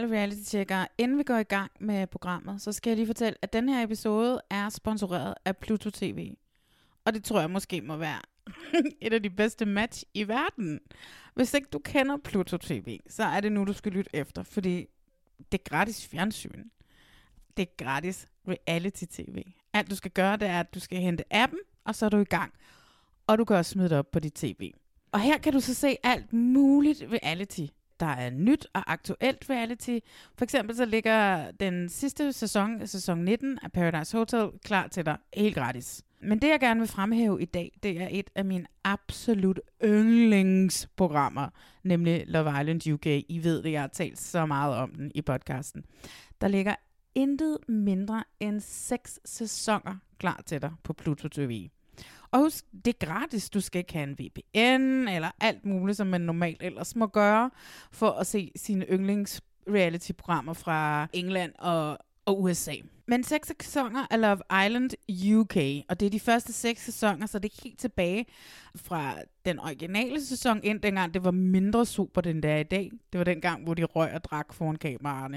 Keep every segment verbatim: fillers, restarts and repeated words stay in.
alle reality-tjekkere. Inden vi går i gang med programmet, så skal jeg lige fortælle, at den her episode er sponsoreret af Pluto T V. Og det tror jeg måske må være et af de bedste match i verden. Hvis ikke du kender Pluto T V, så er det nu, du skal lytte efter, fordi det er gratis fjernsyn. Det er gratis reality-tv. Alt du skal gøre, det er, at du skal hente appen, og så er du i gang. Og du kan også smide det op på dit tv. Og her kan du så se alt muligt reality. Der er nyt og aktuelt reality. For eksempel så ligger den sidste sæson, sæson nitten af Paradise Hotel, klar til dig helt gratis. Men det jeg gerne vil fremhæve i dag, det er et af mine absolut yndlingsprogrammer, nemlig Love Island U K. I ved det, jeg har talt så meget om den i podcasten. Der ligger intet mindre end seks sæsoner klar til dig på Pluto T V. Og husk, det er gratis. Du skal ikke have en V P N eller alt muligt, som man normalt ellers må gøre, for at se sine yndlings-reality-programmer fra England og, og U S A. Men seks sæsoner af Love Island U K, og det er de første seks sæsoner, så det er helt tilbage fra den originale sæson ind, dengang det var mindre super, end det er i dag. Det var dengang, hvor de røg og drak foran kameraerne.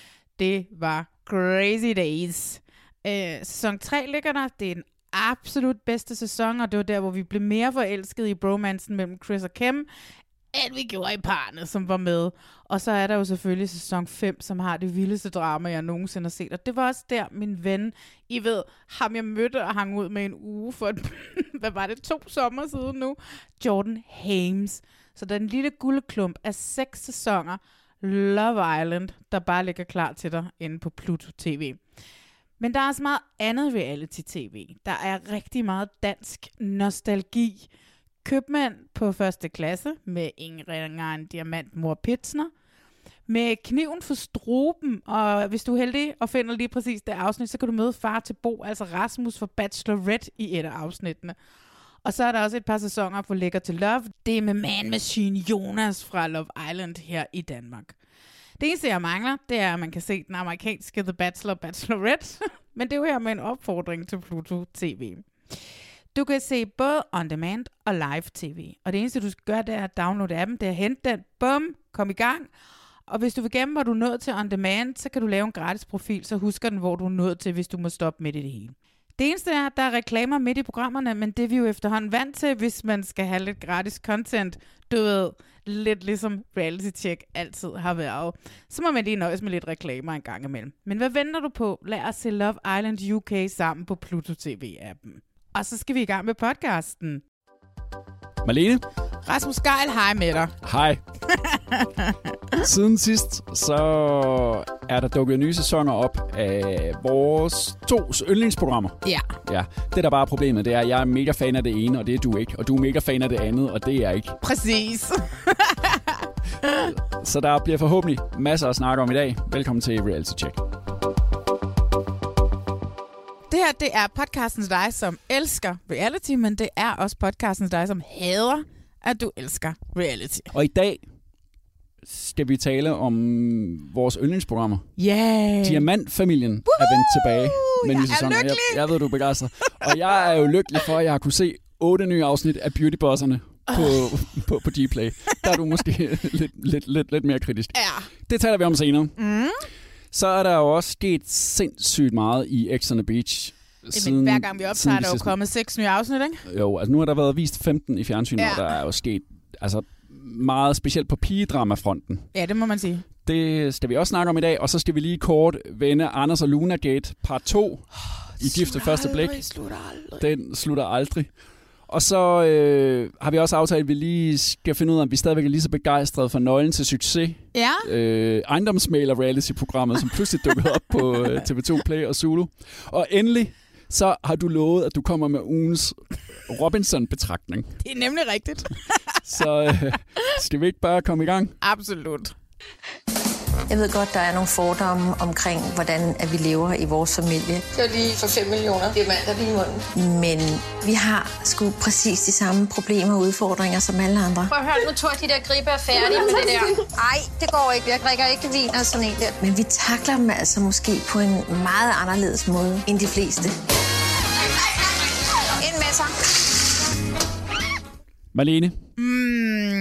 Det var crazy days. Øh, sæson tre ligger der. Det er den absolut bedste sæson, og det var der, hvor vi blev mere forelskede i bromansen mellem Chris og Kim, end vi gjorde i parne, som var med. Og så er der jo selvfølgelig sæson fem, som har det vildeste drama, jeg nogensinde har set. Og det var også der, min ven, I ved, ham jeg mødte og hang ud med en uge for, et, hvad var det, to sommer siden nu? Jordan Hames. Så der er en lille guldklump af seks sæsoner Love Island, der bare ligger klar til dig inde på Pluto T V. Men der er også meget andet reality-tv. Der er rigtig meget dansk nostalgi. Købmand på første klasse med ingen ringer en diamant mor Pitsner. Med kniven for struben, og hvis du er heldig og finder lige præcis det afsnit, så kan du møde far til Bo, altså Rasmus fra Bachelorette i et af afsnittene. Og så er der også et par sæsoner på Lækker til Love. Det er med Man Machine Jonas fra Love Island her i Danmark. Det eneste, jeg mangler, det er, at man kan se den amerikanske The Bachelor Bachelorette. Men det er jo her med en opfordring til Pluto T V. Du kan se både on demand og live tv. Og det eneste, du skal gøre, det er at downloade appen. Det er at hente den. Bum, kom i gang. Og hvis du vil gemme, hvor du er nået til on demand, så kan du lave en gratis profil, så husker den, hvor du er nået til, hvis du må stoppe midt i det hele. Det eneste er, at der er reklamer midt i programmerne, men det er vi jo efterhånden vant til, hvis man skal have lidt gratis content. Du ved, lidt ligesom reality check altid har været. Så må man lige nøjes med lidt reklamer en gang imellem. Men hvad venter du på? Lad os se Love Island U K sammen på Pluto T V-appen. Og så skal vi i gang med podcasten. Marlene. Rasmus Geil, hej med dig. Hej. Siden sidst, så er der dukket nye sæsoner op af vores to yndlingsprogrammer. Ja. Ja. Det, der bare er problemet, det er, at jeg er mega fan af det ene, og det er du ikke. Og du er mega fan af det andet, og det er jeg ikke. Præcis. Så der bliver forhåbentlig masser at snakke om i dag. Velkommen til Reality Check. Det her, det er podcasten til dig, som elsker reality, men det er også podcasten til dig, som hader, at du elsker reality. Og i dag skal vi tale om vores yndlingsprogrammer. Yeah. Diamantfamilien Woohoo! er vendt tilbage med nye sæsoner. Jeg, jeg ved, du er begejstret. Og jeg er jo lykkelig for, at jeg har kunne se otte nye afsnit af Beautybosserne på, oh. på, på Dplay. Der er du måske lidt, lidt, lidt, lidt mere kritisk. Ja. Det taler vi om senere. Mm. Så er der jo også sket sindssygt meget i X on the Beach. Siden, hver gang vi optager, der er jo kommet seks nye afsnit, ikke? Jo, altså nu har der været vist femten i fjernsynet, ja. Og der er jo sket altså, meget specielt på pigedramafronten. Ja, det må man sige. Det skal vi også snakke om i dag, og så skal vi lige kort vende Anders og Luna Gate part to oh, i Gift ved første blik. Slutter aldrig. Den slutter aldrig. Og så øh, har vi også aftalt, at vi lige skal finde ud af, om vi stadigvæk er lige så begejstrede for Nøglen til Succes. Ja. Øh, ejendomsmægler reality-programmet, som pludselig dukkede op på øh, T V to Play og Zulu. Og endelig, så har du lovet, at du kommer med ugens Robinson-betragtning. Det er nemlig rigtigt. Så øh, skal vi ikke bare komme i gang? Absolut. Jeg ved godt, der er nogle fordomme omkring, hvordan at vi lever i vores familie. Det var lige for fem millioner diamanter lige i munden. Men vi har sgu præcis de samme problemer og udfordringer som alle andre. Prøv at høre, nu tror jeg, de der gribe er færdige med det der. Nej, det går ikke. Jeg drikker ikke vin og sådan en der. Men vi takler dem altså måske på en meget anderledes måde end de fleste. Ind med sig. Marlene, Mm.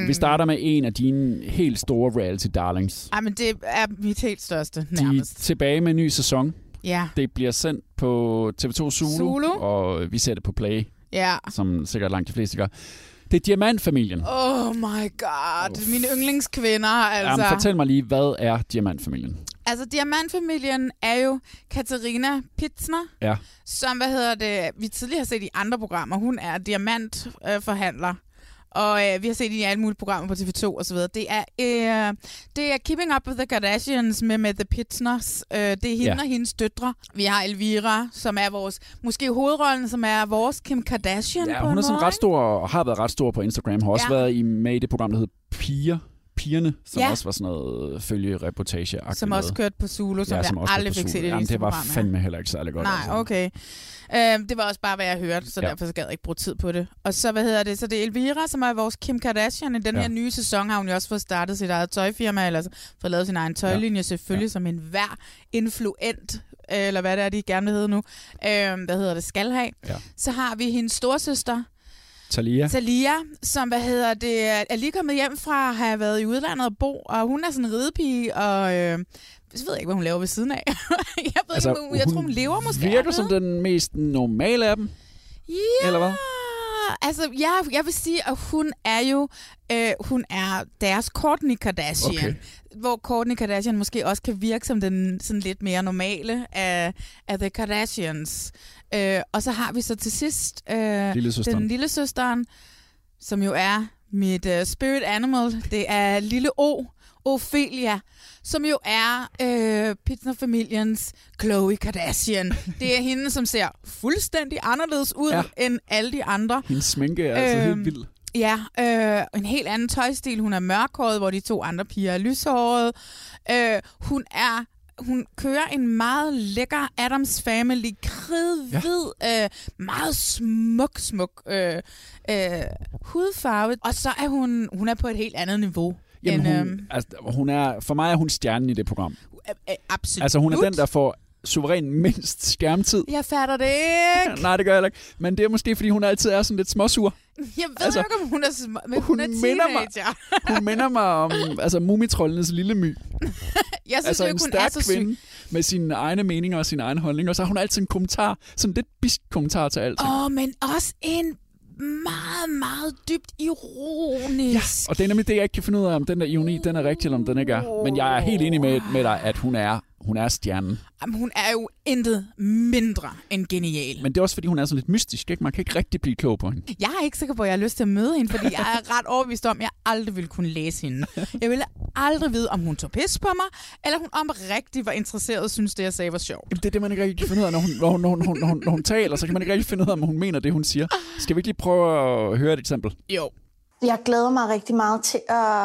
Mm. Vi starter med en af dine helt store reality darlings. Ej, men det er mit helt største, nærmest. De er tilbage med en ny sæson. Ja. Det bliver sendt på T V to Zulu, Zulu. Og vi ser det på Play, ja. Som sikkert langt de fleste gør. Det er Diamantfamilien. Oh my god. Oh. Mine yndlingskvinder, altså. Jamen, fortæl mig lige, hvad er Diamantfamilien? Altså, Diamantfamilien er jo Katarina Pitzner, ja. som, hvad hedder det, vi tidligere har set i andre programmer. Hun er diamantforhandler. Øh, Og øh, vi har set i alle mulige programmer på T V to og så videre. Det er, øh, det er Keeping Up with the Kardashians med, med The Pitzners. Øh, det er hende ja. og hendes døtre. Vi har Elvira, som er vores, måske hovedrollen, som er vores Kim Kardashian. Ja, på hun er sådan måde, ret stor, og har været ret stor på Instagram. Har også ja. været i, med i det program, der hedder Piger. Pigerne, som ja. også var sådan noget følgereportage. Som også kørte på Zulu, som, ja, som jeg aldrig fik set i det. Det var fandme heller ikke særlig godt. Nej, altså. okay. Uh, det var også bare, hvad jeg hørte, så ja. derfor så gad jeg ikke bruge tid på det. Og så, hvad hedder det? Så det er Elvira, som er vores Kim Kardashian. I den ja. her nye sæson har hun jo også fået startet sit eget tøjfirma, eller fået lavet sin egen tøjlinje, ja. selvfølgelig, ja. som en hver influent, eller hvad det er, de gerne vil hedde nu. Uh, hvad hedder det? Skal have. Ja. Så har vi hendes storsøster, Thalia. Thalia, som hvad hedder det, er lige kommet hjem fra at have været i udlandet og bo, og hun er sådan en ridepige, og øh, jeg ved ikke, hvad hun laver ved siden af. jeg ved altså, ikke, hun, jeg tror, hun lever måske. Virker som den mest normale af dem? Ja, eller hvad? Altså, ja, jeg vil sige, at hun er jo, øh, hun er deres Kourtney Kardashian. Okay. Hvor Kourtney Kardashian måske også kan virke som den sådan lidt mere normale af, af The Kardashians. Øh, og så har vi så til sidst øh, lillesøsteren. den lille søsteren, som jo er mit uh, spirit animal. Det er lille O, Ophelia, som jo er øh, Pitzner-familiens Khloe Kardashian. Det er hende, som ser fuldstændig anderledes ud ja. end alle de andre. Hendes sminke er altså øh, helt vild. Ja, øh, en helt anden tøjstil. Hun er mørkhåret, hvor de to andre piger er lyshåret. Øh, hun er Hun kører en meget lækker Addams Family, kridhvid, ja. øh, meget smuk, smuk øh, øh, hudfarve. Og så er hun, hun er på et helt andet niveau. Jamen, end, hun, øh, altså, hun er, for mig er hun stjernen i det program. Øh, absolut. Altså, hun er den, der får suveræn mindst skærmtid. Jeg fatter det ikke. Nej, det gør jeg ikke. Men det er måske, fordi hun altid er sådan lidt småsur. Jeg ved altså, ikke, om hun er, sm- men hun, hun er minder mig, hun minder mig om altså, Mumitrollenes lille my. Jeg synes altså jo, en hun stærk er så kvinde med sine egne meninger og sine egne holdninger. Og så har hun altid en kommentar, sådan lidt bisk kommentar til alt. Åh, oh, men også en meget, meget dybt ironisk. Ja, og det er nemlig det, jeg ikke kan finde ud af, om den der ironi, den er rigtig, eller om den ikke er. Men jeg er helt enig med, med dig, at hun er, hun er stjernen. Jamen, hun er jo intet mindre end genial. Men det er også, fordi hun er sådan lidt mystisk, ikke? Man kan ikke rigtig blive klog på hende. Jeg er ikke sikker på, at jeg har lyst til at møde hende, fordi jeg er ret overbevist om, at jeg aldrig ville kunne læse hende. Jeg ville aldrig vide, om hun tog pis på mig, eller hun om rigtig var interesseret og synes det, jeg sagde, var sjovt. Jamen, det er det, man ikke rigtig kan finde ud af, når hun, når, hun, når, hun, når, hun, når hun taler, så kan man ikke rigtig finde ud af, om hun mener det, hun siger. Skal vi ikke lige prøve at høre et eksempel? Jo. Jeg glæder mig rigtig meget til at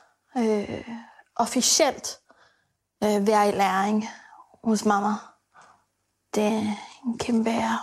øh, officielt øh, være i læring hos mamma. Det er en kæmpe ære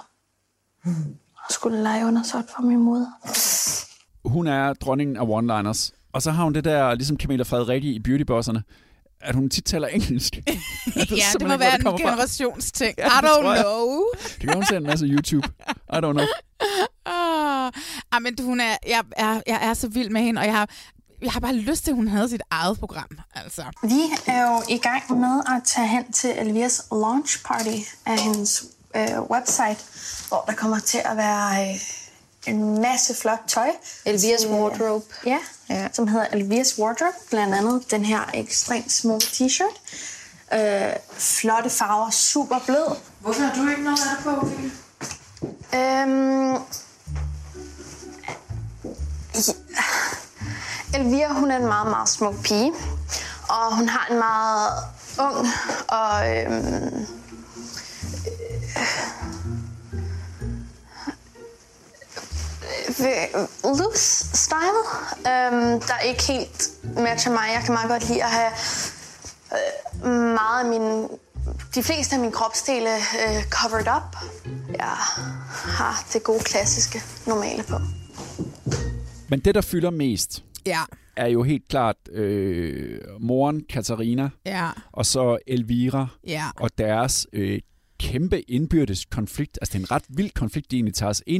at skulle lege undersøgt for min moder. Hun er dronningen af one-liners. Og så har hun det der, ligesom Camilla Frederikke i Beautybosserne, at hun tit taler engelsk. Ja, det må være en generationsting. I don't know. Det kan hun se en masse YouTube. I don't know. Oh, ah, men hun er, jeg, er, jeg er så vild med hende, og jeg har, jeg har bare lyst til, at hun havde sit eget program. Altså. Vi er jo i gang med at tage hen til Elviras launch party af hendes øh, website, hvor der kommer til at være øh, en masse flot tøj. Elviras wardrobe. Ja, ja, som hedder Elviras wardrobe. Blandt andet den her ekstremt smukke t-shirt. Øh, flotte farver, super blød. Hvorfor har du ikke noget af det på, Ophelia? Øhm, ja. Elvira, hun er en meget, meget smuk pige. Og hun har en meget ung og øhm, øh, loose style, øhm, der ikke helt matcher mig. Jeg kan meget godt lide at have øh, meget af min, de fleste af mine kropsdele øh, covered up. Jeg har det gode klassiske normale på. Men det, der fylder mest, ja. er jo helt klart øh, moren Katarina, ja. og så Elvira, ja. og deres øh, kæmpe indbyrdes konflikt. Altså, det er en ret vild konflikt, de egentlig tager os ind i.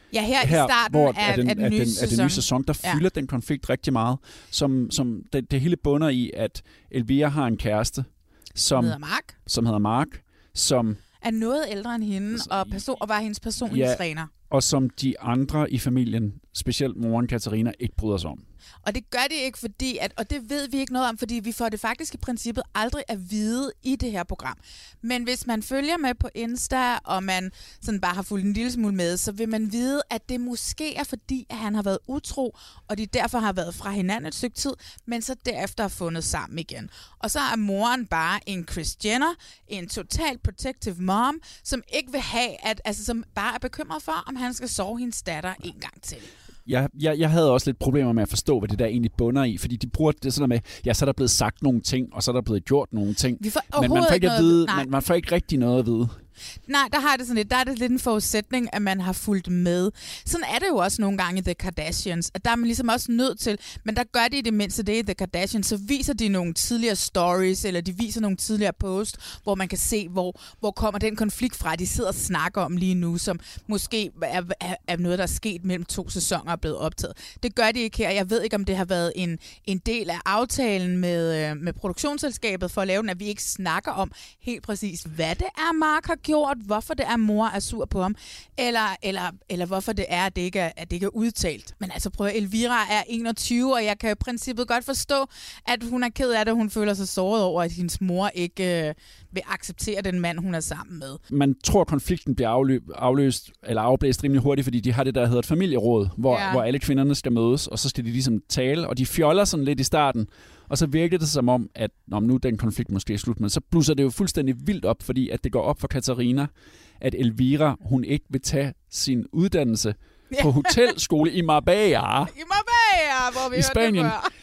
Ja, her, her i starten hvor, af, den, af, den af, nye den, af den nye sæson, der ja. fylder den konflikt rigtig meget. Som, som det, det hele bunder i, at Elvira har en kæreste, som hedder Mark. Som hedder Mark, som er noget ældre end hende, og, person, og var hendes personlige ja, træner. Og som de andre i familien, specielt moren Katarina, ikke bryder sig om. Og det gør de ikke, fordi at, og det ved vi ikke noget om, fordi vi får det faktisk i princippet aldrig at vide i det her program. Men hvis man følger med på Insta, og man sådan bare har fulgt en lille smule med, så vil man vide, at det måske er fordi, at han har været utro, og de derfor har været fra hinanden et stykke tid, men så derefter har fundet sammen igen. Og så er moren bare en Kris Jenner, en total protective mom, som ikke vil have, at, altså som bare er bekymret for, om han skal sove hendes datter en gang til. Jeg, jeg, jeg havde også lidt problemer med at forstå, hvad det der egentlig bunder i, fordi de bruger det sådan med, ja, så er der blevet sagt nogle ting, og så er der blevet gjort nogle ting, Vi får men man får ikke, noget, at vide, nej. man, man får ikke rigtig noget at vide. Nej, der har det sådan lidt, der er det lidt en forudsætning, at man har fulgt med. Sådan er det jo også nogle gange i The Kardashians, at der er man ligesom også nødt til, men der gør de i det mindste det i The Kardashians, så viser de nogle tidligere stories, eller de viser nogle tidligere posts, hvor man kan se, hvor, hvor kommer den konflikt fra, de sidder og snakker om lige nu, som måske er, er, er noget, der er sket mellem to sæsoner og blevet optaget. Det gør de ikke her. Jeg ved ikke, om det har været en, en del af aftalen med, med produktionsselskabet for at lave den, at vi ikke snakker om helt præcis, hvad det er, Mark har gjort, hvorfor det er, mor er sur på ham, eller, eller, eller hvorfor det er, at det, ikke er, at det ikke er udtalt. Men altså prøv at Elvira er enogtyve, og jeg kan i princippet godt forstå, at hun er ked af det, hun føler sig såret over, at hendes mor ikke øh, vil acceptere den mand, hun er sammen med. Man tror, konflikten bliver afløb, afløst, eller afblæst rimelig hurtigt, fordi de har det, der hedder et familieråd, hvor, ja. hvor alle kvinderne skal mødes, og så skal de ligesom tale, og de fjoller sådan lidt i starten, og så virker det som om, at når nu den konflikt måske er slut, men så blusser det jo fuldstændig vildt op, fordi at det går op for Katarina, at Elvira, hun ikke vil tage sin uddannelse ja. på hotelskole i Marbella. I Marbella, hvor vi i Spanien. Det før.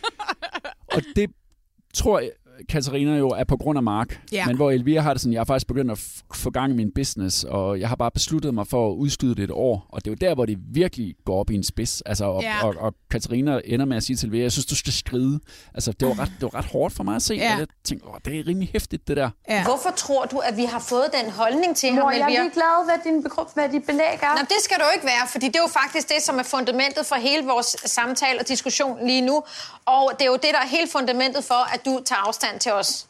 Og det tror jeg, Katarina jo er på grund af Mark, ja. men hvor Elvira har det sådan, jeg har faktisk begyndt at f- få gang i min business, og jeg har bare besluttet mig for at udskyde det et år, og det er jo der, hvor det virkelig går op i en spids, altså, og, ja. og, og Katarina ender med at sige til Elvira, jeg synes, du skal skride. Altså, det var ret, det var ret hårdt for mig at se, ja. og jeg tænkte, åh, det er rimelig hæftigt, det der. Ja. Hvorfor tror du, at vi har fået den holdning til Mor, ham, Elvira? Jeg er lige glad, hvad din, begrup, hvad dit belæg er. Nå, det skal du ikke være, fordi det er jo faktisk det, som er fundamentet for hele vores samtale og diskussion lige nu, og det er jo det, der er hele fundamentet for, at du tager afstand til os.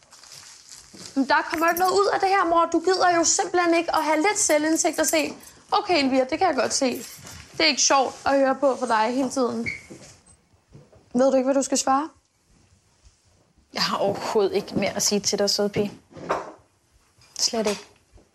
Men der kommer ikke noget ud af det her, mor. Du gider jo simpelthen ikke at have lidt selvindsigt og se, okay, Elvira, det kan jeg godt se. Det er ikke sjovt at høre på for dig hele tiden. Ved du ikke, hvad du skal svare? Jeg har overhovedet ikke mere at sige til dig, søde pige. Slet ikke.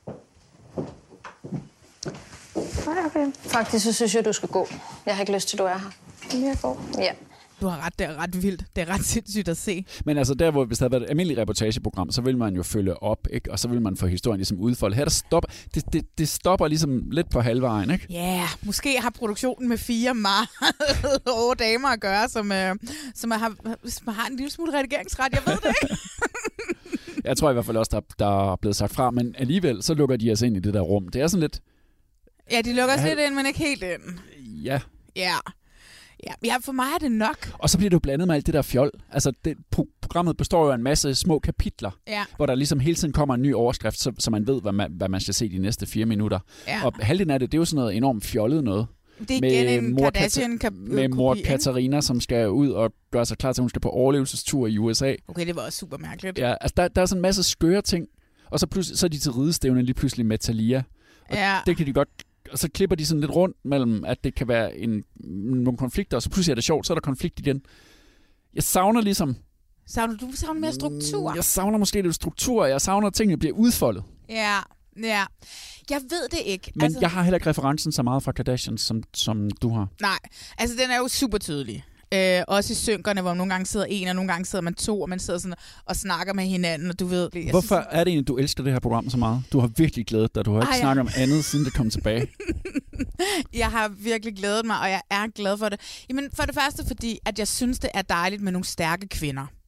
Nej, okay. Faktisk så synes jeg, du skal gå. Jeg har ikke lyst til, at du er her. Men jeg går. Ja. Du har ret, det er ret vildt. Det er ret sindssygt at se. Men altså der, hvor hvis der havde været et almindeligt reportageprogram, så vil man jo følge op, ikke? Og så vil man få historien ligesom udfoldet. Her der stopper, det, det, det stopper ligesom lidt på halvvejen, ikke? Ja, yeah, måske har produktionen med fire meget hårde damer at gøre, som, øh, som, har, som har en lille smule redigeringsret. Jeg ved det ikke. Jeg tror i hvert fald også, der, der er blevet sagt fra, men alligevel så lukker de os ind i det der rum. Det er sådan lidt... Ja, de lukker os ja, lidt ind, men ikke helt ind. Ja. Ja. Ja, ja, for mig er det nok. Og så bliver det jo blandet med alt det der fjol. Altså, det, programmet består jo af en masse små kapitler, ja. hvor der ligesom hele tiden kommer en ny overskrift, så, så man ved, hvad man, hvad man skal se de næste fire minutter. Ja. Og halvdelen af det, det er jo sådan noget enormt fjollet noget. Det er igen en Kardashian-kopi. Med mor Katarina, som skal ud og gøre sig klar til, at hun skal på overlevelsestur i U S A. Okay, det var også super mærkeligt. Ja, altså der, der er sådan en masse skøre ting, og så, pludselig, så er de til ridestævne lige pludselig med Thalia. Og ja. det kan de godt... Og så klipper de sådan lidt rundt mellem, at det kan være en, nogle konflikter, og så pludselig er det sjovt, så er der konflikt igen. Jeg savner ligesom... Savner du savner mere struktur? Jeg savner måske lidt struktur, jeg savner, at tingene bliver udfoldet. Ja, ja. Jeg ved det ikke. Men altså, jeg har heller ikke referencen så meget fra Kardashians, som, som du har. Nej, altså den er jo super tydelig. Øh, også i synkerne, hvor nogle gange sidder en, og nogle gange sidder man to, og man sidder sådan og snakker med hinanden, og du ved... Jeg Hvorfor synes, er det egentlig, du elsker det her program så meget? Du har virkelig glædet dig, du har ikke Ej, snakket om andet, siden det kom tilbage. Jeg har virkelig glædet mig, og jeg er glad for det. Jamen, for det første fordi, at jeg synes, det er dejligt med nogle stærke kvinder.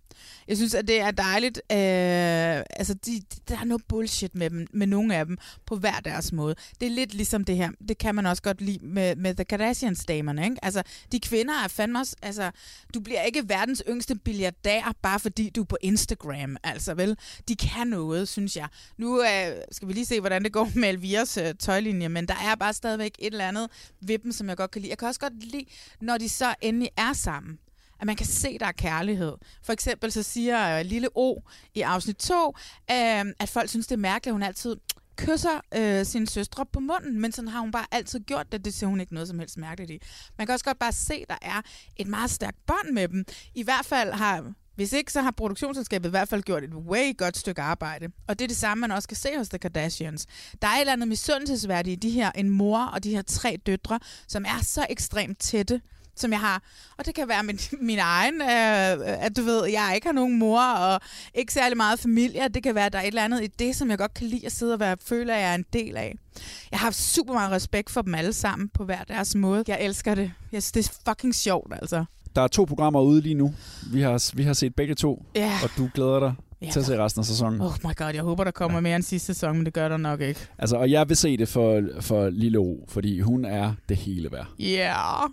Jeg synes, at det er dejligt. Øh, altså, de, der er noget bullshit med dem, med nogle af dem, på hver deres måde. Det er lidt ligesom det her. Det kan man også godt lide med, med The Kardashians-damerne, ikke? Altså, de kvinder er fandme også... Altså, du bliver ikke verdens yngste billiardær, bare fordi du er på Instagram, altså, vel? De kan noget, synes jeg. Nu øh, skal vi lige se, hvordan det går med Elviras øh, tøjlinje, men der er bare stadigvæk et eller andet ved dem, som jeg godt kan lide. Jeg kan også godt lide, når de så endelig er sammen, at man kan se, der er kærlighed. For eksempel så siger uh, Lille O i afsnit to, uh, at folk synes, det er mærkeligt, at hun altid kysser uh, sine søstre på munden, men sådan har hun bare altid gjort det. Det ser hun ikke noget som helst mærkeligt i. Man kan også godt bare se, at der er et meget stærkt bånd med dem. I hvert fald har... Hvis ikke, så har produktionsselskabet i hvert fald gjort et way godt stykke arbejde. Og det er det samme, man også kan se hos The Kardashians. Der er et eller andet misundelsesværdigt i de her, en mor og de her tre døtre, som er så ekstremt tætte, som jeg har. Og det kan være min, min egen, øh, at du ved, jeg ikke har nogen mor og ikke særlig meget familie. Det kan være, at der er et eller andet i det, som jeg godt kan lide at sidde og være, føle, at jeg er en del af. Jeg har super meget respekt for dem alle sammen på hver deres måde. Jeg elsker det. Jeg synes, det er fucking sjovt, altså. Der er to programmer ude lige nu. Vi har, vi har set begge to, yeah. og du glæder dig yeah. til at se resten af sæsonen. Oh my god, jeg håber, der kommer ja. mere end sidste sæson, men det gør der nok ikke. Altså, og jeg vil se det for, for Lille O, fordi hun er det hele værd. Ja. Yeah.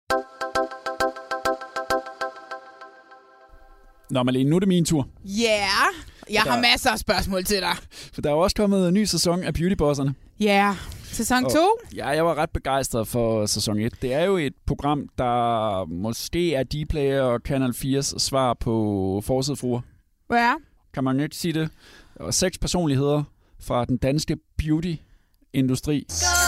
Nå, Malene, nu er det min tur. Ja, yeah. jeg der, har masser af spørgsmål til dig. For der er jo også kommet en ny sæson af Beautybosserne. Ja, yeah. Sæson to? Ja, jeg var ret begejstret for sæson et. Det er jo et program, der måske er Dplay og Kanal fires svar på Forsidefruer. Ja. Kan man ikke sige det? Der var seks personligheder fra den danske beauty-industri.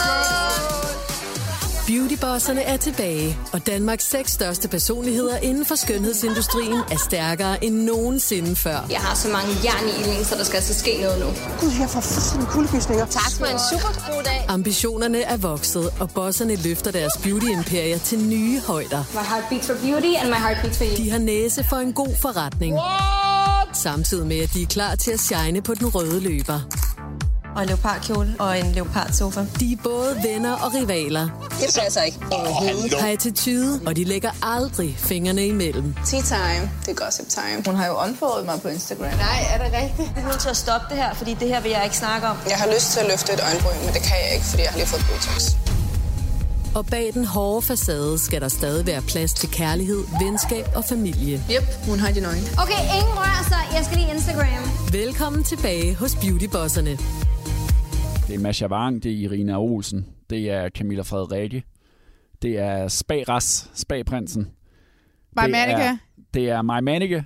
Beautybosserne er tilbage, og Danmarks seks største personligheder inden for skønhedsindustrien er stærkere end nogensinde før. Jeg har så mange jern i ilden, så der skal altså ske noget nu. Gud, jeg får fuldstændig kuldegysninger. Tak for en super god dag. Ambitionerne er vokset, og bosserne løfter deres beauty-imperier til nye højder. My heart beats for beauty, and my heart beats for you. De har næse for en god forretning. What? Samtidig med, at de er klar til at shine på den røde løber. Og en leopardkjole og en leopardsofa. De er både venner og rivaler. Det passer ikke overhovedet. Har attitude, og de lægger aldrig fingrene imellem. Tea time. Det er gossip time. Hun har jo unfollowet mig på Instagram. Nej, er det rigtigt? Jeg er nødt til at stoppe det her, fordi det her vil jeg ikke snakke om. Jeg har lyst til at løfte et øjenbryn, men det kan jeg ikke, fordi jeg har lige fået Botox. Og bag den hårde facade skal der stadig være plads til kærlighed, venskab og familie. Yep, hun har de nøgne. Okay, ingen rør sig. Jeg skal lige Instagram. Velkommen tilbage hos Beautybosserne. Det er Masha Wang, det er Irina Olsen, det er Camilla Frederikke, det er Spagras, Spagprinsen. Maja Manike. Det er Maja Manike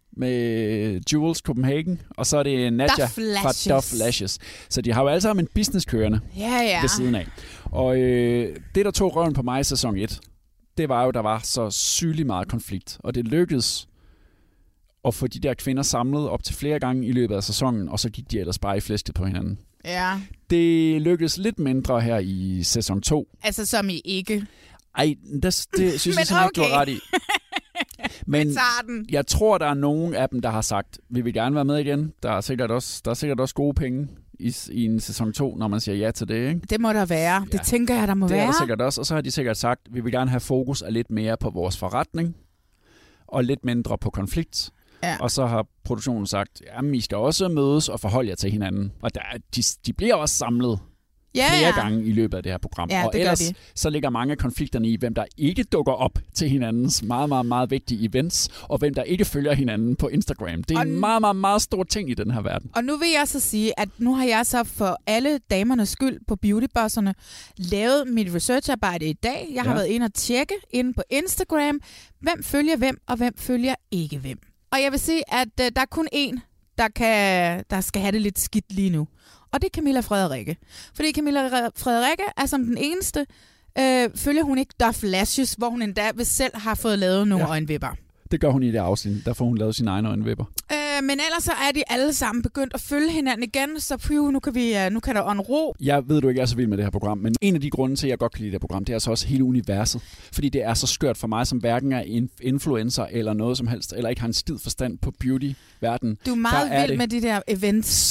med Jules Copenhagen, og så er det Nadja fra Duff Lashes. Så de har jo alle sammen en business kørende ja, ja. ved siden af. Og øh, det, der tog røven på mig i sæson et, det var jo, der var så sygelig meget konflikt. Og det lykkedes at få de der kvinder samlet op til flere gange i løbet af sæsonen, og så gik de ellers bare i flæsket på hinanden. Ja. Det lykkedes lidt mindre her i sæson to. Altså som I ikke? Ej, det, det synes jeg simpelthen ikke, du har ret i. Men jeg tror, der er nogen af dem, der har sagt, vi vil gerne være med igen. Der er sikkert også, der er sikkert også gode penge i, i en sæson to, når man siger ja til det, ikke? Det må der være. Ja. Det tænker jeg, der må det være. Det er der sikkert også. Og så har de sikkert sagt, vi vil gerne have fokus af lidt mere på vores forretning, og lidt mindre på konflikt. Ja. Og så har produktionen sagt, jamen I skal også mødes og forholde jer til hinanden. Og der, de, de bliver også samlet ja, flere ja. gange i løbet af det her program. Ja, og ellers så ligger mange af konflikterne i, hvem der ikke dukker op til hinandens meget, meget, meget vigtige events, og hvem der ikke følger hinanden på Instagram. Det er og en meget, meget, meget stor ting i den her verden. Og nu vil jeg så sige, at nu har jeg så for alle damernes skyld på Beautybosserne lavet mit researcharbejde i dag. Jeg har ja. været inde og tjekke inde på Instagram, hvem følger hvem, og hvem følger ikke hvem. Og jeg vil sige, at øh, der er kun én, der, kan, der skal have det lidt skidt lige nu. Og det er Camilla Frederikke. Fordi Camilla Frederikke er som den eneste, øh, følger hun ikke Duff Lashes, hvor hun endda selv har fået lavet nogle ja. øjenvipper. Det gør hun i det afsnit. Der får hun lavet sine egne øjenvipper. Øh, men ellers så er de alle sammen begyndt at følge hinanden igen, så phew, nu kan, vi, nu kan der ånde ro. Jeg ved, du ikke er så vild med det her program, men en af de grunde til, at jeg godt kan lide det her program, det er altså også hele universet. Fordi det er så skørt for mig, som hverken er en influencer eller noget som helst, eller ikke har en skid forstand på beauty-verden. Du er meget vild med de der events. Så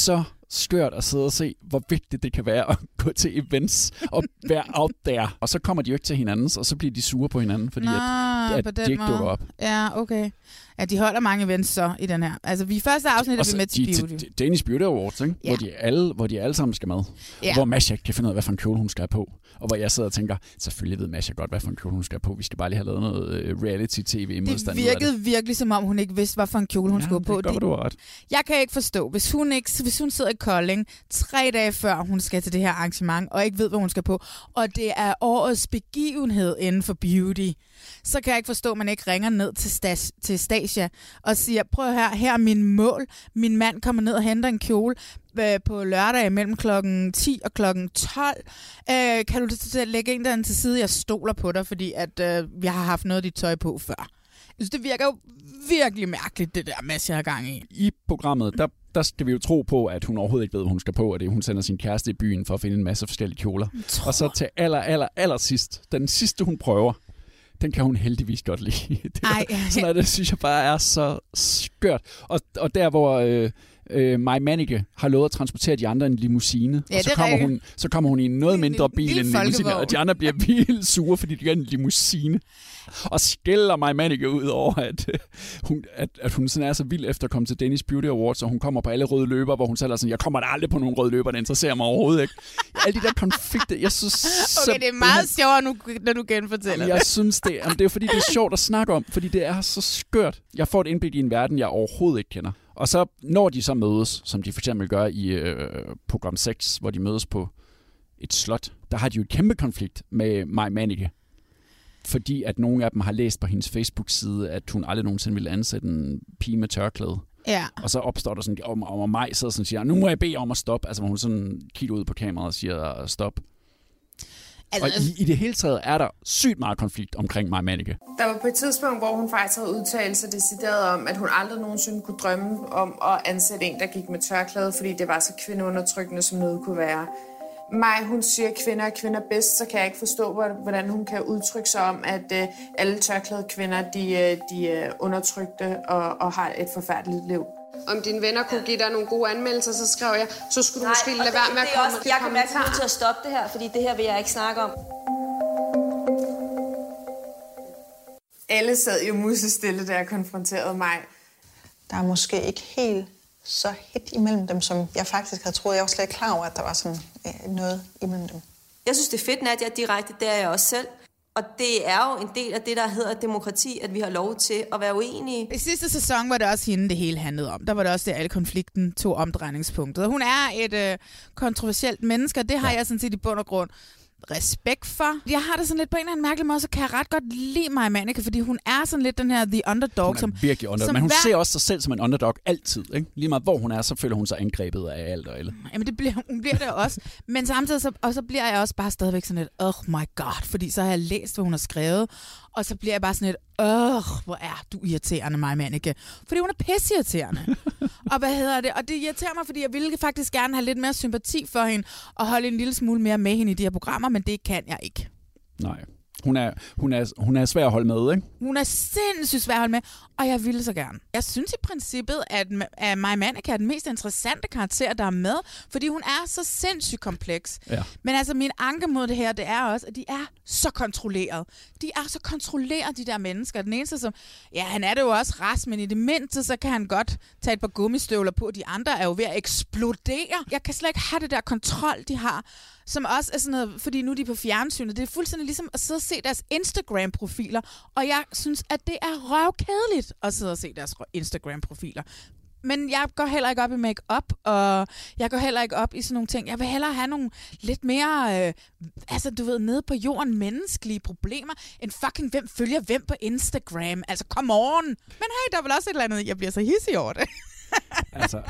skørt at sidde og se, hvor vigtigt det kan være at gå til events og være out there. Og så kommer de jo ikke til hinandens, og så bliver de sure på hinanden, fordi Nå, at, at de ikke dukker op. Ja, okay. Ja, de holder mange events så i den her. Altså, vi i første afsnit er vi med til de, Beauty. De, Danish Beauty Awards, ikke? Ja. Hvor, de alle, hvor de alle sammen skal med. Ja. Hvor Masha kan finde ud af, hvad for en kjole hun skal have på. Og hvor jeg sidder og tænker, selvfølgelig ved Masha godt, hvad for en kjole hun skal have på. Vi skal bare lige have lavet noget reality-tv-modstand. Det virkede det. virkelig, som om hun ikke vidste, hvad for en kjole hun ja, skulle på. Det, godt, du har ret. Jeg kan ikke forstå, hvis hun, ikke, hvis hun sidder i Kolding tre dage før hun skal til det her arrangement, og ikke ved, hvad hun skal på, og det er årets begivenhed inden for beauty, så kan jeg ikke forstå, at man ikke ringer ned til, Stas, til Stasia og siger, prøv her, her er min mål. Min mand kommer ned og henter en kjole øh, på lørdag mellem klokken ti og klokken tolv. Øh, kan du lægge en der til side? Jeg stoler på dig, fordi at, øh, jeg har haft noget af dit tøj på før. Jeg synes, det virker jo virkelig mærkeligt, det der Mads, jeg har gang i. I programmet, der, der skal vi jo tro på, at hun overhovedet ikke ved, hvad hun skal på, og det hun sender sin kæreste i byen for at finde en masse forskellige kjoler. Og så til aller, aller, aller sidst, den sidste hun prøver, den kan hun heldigvis godt lide. Det Ej, er, sådan noget, det synes jeg bare er så skørt. Og, og der, hvor øh, øh, Maja Mannicke har lovet at transportere de andre i en limousine, ja, og så kommer, hun, så kommer hun i en noget mindre bil end en limousine, og de andre bliver vildt sure, fordi de er en limousine. Og skælder Maja Mannicke ud over, at, øh, hun, at, at hun sådan er så vild efter at komme til Danish Beauty Awards, og hun kommer på alle røde løber, hvor hun selv er sådan, jeg kommer da aldrig på nogle røde løber, der interesserer mig overhovedet ikke. Alle de der konflikter, jeg synes... Okay, det er meget sjovere, nu, når du genfortæller jeg det. synes, det, jamen, det er fordi, det er sjovt at snakke om, fordi det er så skørt. Jeg får et indblik i en verden, jeg overhovedet ikke kender. Og så, når de så mødes, som de for eksempel gør i øh, program seks, hvor de mødes på et slot, der har de jo et kæmpe konflikt med Maja Mannicke. Fordi at nogle af dem har læst på hendes Facebook-side, at hun aldrig nogensinde ville ansætte en pige med tørklæde. Ja. Og så opstår der sådan, om, om mig sidder sådan og siger, nu må jeg bede om at stoppe. Altså, hvor hun sådan kigger ud på kameraet og siger, stop. Altså, og i, i det hele taget er der sygt meget konflikt omkring Maja Mannicke. Der var på et tidspunkt, hvor hun faktisk havde udtalt sig decideret om, at hun aldrig nogensinde kunne drømme om at ansætte en, der gik med tørklæde, fordi det var så kvindeundertrykkende, som noget kunne være. Maj, hun siger, at kvinder er kvinder bedst, så kan jeg ikke forstå, hvordan hun kan udtrykke sig om, at uh, alle tørklæde kvinder, de, de er undertrykte og, og har et forfærdeligt liv. Om dine venner kunne give dig nogle gode anmeldelser, så skrev jeg, så skulle du Nej, måske lade være med at komme også, jeg kan mærke, at jeg er nødt til at stoppe det her, fordi det her vil jeg ikke snakke om. Alle sad jo musestille, da jeg konfronterede mig. Der er måske ikke helt så hit imellem dem, som jeg faktisk havde troet. Jeg var slet ikke klar over, at der var sådan øh, noget imellem dem. Jeg synes, det er fedt, Nadia, direkte. Det er jeg også selv. Og det er jo en del af det, der hedder demokrati, at vi har lov til at være uenige. I sidste sæson var det også hende, det hele handlede om. Der var det også det, alle konflikten tog omdrejningspunktet. Hun er et øh, kontroversielt menneske, og det har ja. jeg sådan set i bund og grund respekt for. Jeg har det sådan lidt på en eller anden mærkelig måde, så kan jeg ret godt lide Maja Mannicke, fordi hun er sådan lidt den her the underdog. Hun er som, virkelig underdog, som men hun hver... ser også sig selv som en underdog altid. Ikke? Lige meget hvor hun er, så føler hun sig angrebet af alt og alle. Jamen det bliver, hun bliver det også. Men samtidig så, og så bliver jeg også bare stadigvæk sådan lidt, oh my god, fordi så har jeg læst, hvad hun har skrevet, og så bliver jeg bare sådan lidt, åh, oh, hvor er du irriterende, Maja Mannicke. Fordi hun er pisseirriterende. Og hvad hedder det? Og det irriterer mig, fordi jeg ville faktisk gerne have lidt mere sympati for hende, og holde en lille smule mere med hende i de her programmer, men det kan jeg ikke. Nej. Hun er, hun, er, hun er svær at holde med, ikke? Hun er sindssygt svær at holde med, og jeg ville så gerne. Jeg synes i princippet, at, at Maja Mannicke er den mest interessante karakter, der er med, fordi hun er så sindssygt kompleks. Ja. Men altså, min anke mod det her, det er også, at de er så kontrolleret. De er så kontrolleret, de der mennesker. Den eneste, som... Ja, han er det jo også rask, men i det mindste, så kan han godt tage et par gummistøvler på. De andre er jo ved at eksplodere. Jeg kan slet ikke have det der kontrol, de har, som også er sådan noget, fordi nu er de på fjernsynet. Det er fuldstændig ligesom at sidde og se deres Instagram-profiler, og jeg synes, at det er røvkedeligt at sidde og se deres Instagram-profiler. Men jeg går heller ikke op i make-up, og jeg går heller ikke op i sådan nogle ting. Jeg vil hellere have nogle lidt mere, øh, altså du ved, nede på jorden menneskelige problemer, end fucking hvem følger hvem på Instagram. Altså, come on! Men hey, der er vel også et eller andet, jeg bliver så hissig over det. Altså,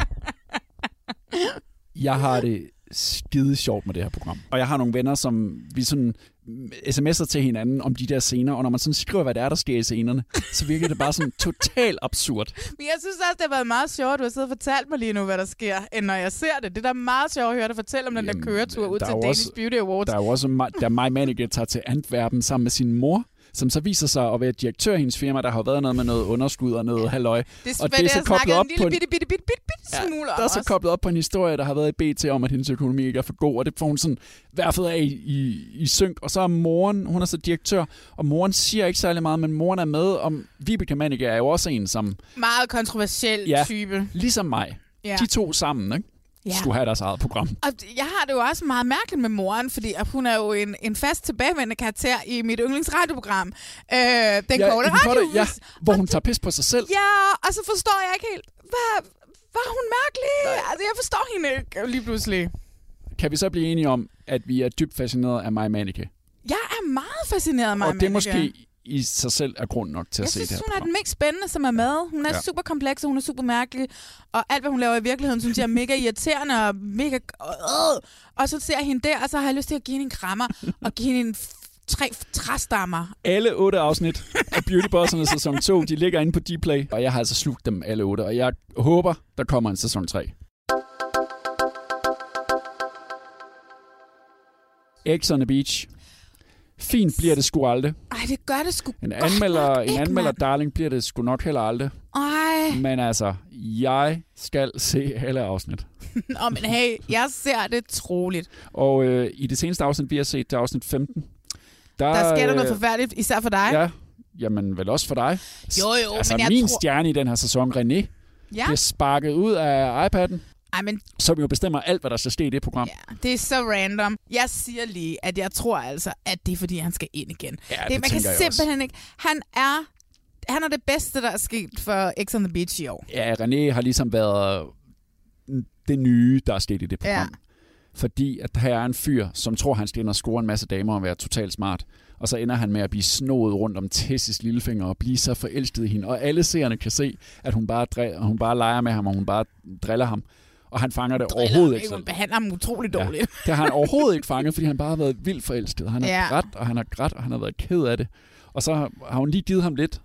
jeg har det skide sjovt med det her program. Og jeg har nogle venner, som vi sådan sms'er til hinanden om de der scener, og når man sådan skriver, hvad det er, der sker i scenerne, så virker det bare sådan totalt absurd. Men jeg synes også, det har været meget sjovt, du har siddet og fortalt mig lige nu, hvad der sker, end når jeg ser det. Det er da meget sjovt at høre dig fortælle om den Jamen, der køretur ud til Danish Beauty Awards. Der er jo også, der er Maja Mannicke tager til Antwerpen sammen med sin mor, som så viser sig at være direktør i hendes firma, der har været noget med noget underskud og noget halløj. Det er og det er så koblet op på en, bitte, bitte, bitte, bitte, bitte smule ja, der er så koblet op på en historie, der har været i B T om, at hendes økonomi ikke er for god, og det får hun sådan værfet af i, i, i synk. Og så er moren, hun er så direktør, og moren siger ikke særlig meget, men moren er med, om Vibeke Manniche er jo også en, som... Meget kontroversiel ja, type. Ligesom mig. Ja. De to sammen, ikke? Ja. Skulle have deres eget program. Og jeg har det jo også meget mærkeligt med moren, fordi hun er jo en, en fast tilbagevendende karakter i mit yndlingsradioprogram. Øh, den ja, korte radio. Ja, hvor hun tager pis på sig selv. Ja, og så forstår jeg ikke helt, hvad, var hun mærkelig? Altså, jeg forstår hende ikke lige pludselig. Kan vi så blive enige om, at vi er dybt fascineret af Maja Manniche? Jeg er meget fascineret af Maja Manniche. Og det Manniche. måske i sig selv er grund nok til jeg at se synes, det her hun er program. den mest spændende, som er med. Hun er ja. super kompleks, og hun er super mærkelig. Og alt, hvad hun laver i virkeligheden, synes jeg er mega irriterende og mega... Øh. Og så ser jeg hende der, og så har jeg lyst til at give hende en krammer og give hende en tre træstammer. Alle otte afsnit af Beauty Bosserne sæson to, de ligger inde på Dplay, og jeg har altså slugt dem alle otte, og jeg håber, der kommer en sæson tre. X on the Beach. Fint bliver det sgu aldrig. Ej, det gør det sgu En anmelder, nok en anmelder darling bliver det sgu nok heller aldrig. Ej. Men altså, jeg skal se alle afsnit. Nå, men hey, jeg ser det troligt. Og øh, i det seneste afsnit, vi har set, det er afsnit femten. Der, der sker der noget øh, forfærdeligt, især for dig. Ja, jamen vel også for dig. Jo, jo, altså, men jeg min tror... stjerne i den her sæson, René, ja. bliver sparket ud af iPad'en. Ej, men... Som jo bestemmer alt, hvad der skal ske i det program. Ja, det er så random. Jeg siger lige, at jeg tror altså, at det er, fordi han skal ind igen. Ja, det, det man kan simpelthen også. ikke... Han er, han er det bedste, der er sket for X on the Beach i år. Ja, René har ligesom været det nye, der er sket i det program. Ja. Fordi at her er en fyr, som tror, han skal ind og score en masse damer og være totalt smart. Og så ender han med at blive snået rundt om Tessis lillefinger og blive så forelsket i hende. Og alle seerne kan se, at hun bare, dre- hun bare leger med ham, og hun bare driller ham. Og han fanger det driller overhovedet ikke. Hun behandler ham utroligt dårligt. Ja, det har han overhovedet ikke fanget, fordi han bare har været vildt forelsket. Han har ja. grædt, og han har grædt, og han har været ked af det. Og så har hun lige givet ham lidt,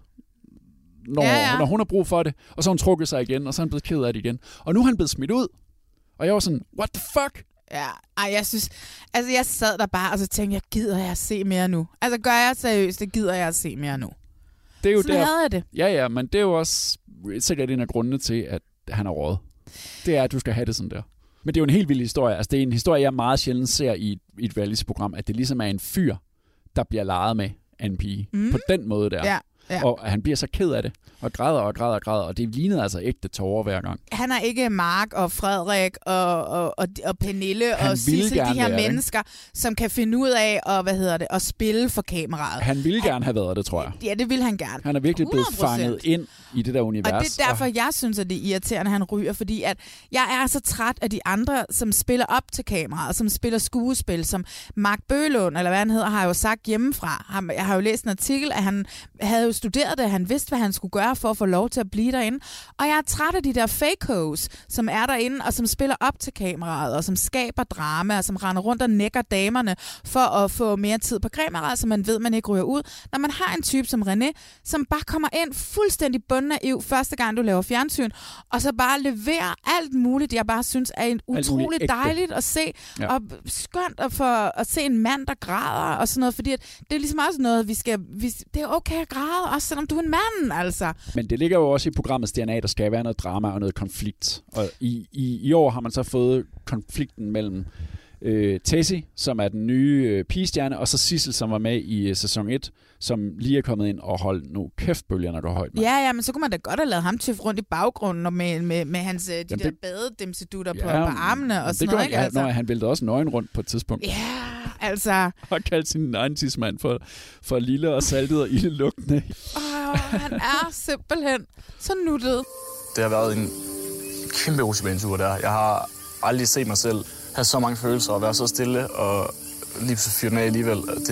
når, ja, ja. når hun har brug for det. Og så har hun trukket sig igen, og så er han blevet ked af det igen. Og nu er han blevet smidt ud. Og jeg var sådan, what the fuck? Ja, ej, jeg synes... Altså, jeg sad der bare, og så tænkte jeg, gider jeg at se mere nu? Altså, gør jeg seriøst, det gider jeg at se mere nu? Det er jo sådan der, havde jeg det. Ja, ja, men det er jo også sikkert en af grundene til, at han er råd. Det er, at du skal have det sådan der. Men det er jo en helt vild historie. Altså, det er en historie, jeg meget sjældent ser i et, i et reality-program, at det ligesom er en fyr, der bliver leget med af en pige. Mm. På den måde der. Ja. Ja. Og han bliver så ked af det, og græder og græder og græder, og det lignede altså ægte tårer hver gang. Han er ikke Mark og Frederik og, og, og, og Pernille han og Sissel, de her være, mennesker, ikke? Som kan finde ud af at, hvad hedder det, at spille for kameraet. Han ville han, gerne have været det, tror jeg. Ja, det ville han gerne. Han er virkelig blevet fanget ind i det der univers. Og det er derfor, jeg synes, at det er irriterende, at han ryger, fordi at jeg er så træt af de andre, som spiller op til kameraet, som spiller skuespil, som Mark Bølund, eller hvad han hedder, har jo sagt hjemmefra. Jeg har jo læst en artikel, at han havde jo studeret det, han vidste, hvad han skulle gøre for at få lov til at blive derinde. Og jeg er træt af de der fake-hoes, som er derinde, og som spiller op til kameraet, og som skaber drama, og som render rundt og nækker damerne for at få mere tid på kameraet, så man ved, man ikke ryger ud. Når man har en type som René, som bare kommer ind fuldstændig bundnaiv første gang, du laver fjernsyn, og så bare leverer alt muligt, jeg bare synes er en utroligt dejligt at se, ja. Og skønt at, få, at se en mand, der græder, og sådan noget, fordi at det er ligesom også noget, vi skal, vi, det er okay at græde, også selvom du er en mand, altså. Men det ligger jo også i programmets D N A, der skal være noget drama og noget konflikt. Og i, i, i år har man så fået konflikten mellem øh, Tessie, som er den nye øh, pigestjerne, og så Sissel, som var med i øh, sæson et, som lige er kommet ind og holdt nu kæft bølgerne går højt. Man. Ja, ja, men så kunne man da godt have lavet ham tøft rundt i baggrunden og med, med, med hans, de Jamen, der det... badedimsedutter ja, på, på armene og sådan noget. Ikke, altså. Nå, han væltede også nøgen rundt på et tidspunkt. Ja, altså. Og kaldte sin egen tidsmand for, for lille og saltet og ildelugtende. Åh, oh, han er simpelthen så nuttet. Det har været en kæmpe rutsjebanetur der. Jeg har aldrig set mig selv have så mange følelser og være så stille og lige så fyre den af alligevel. Det,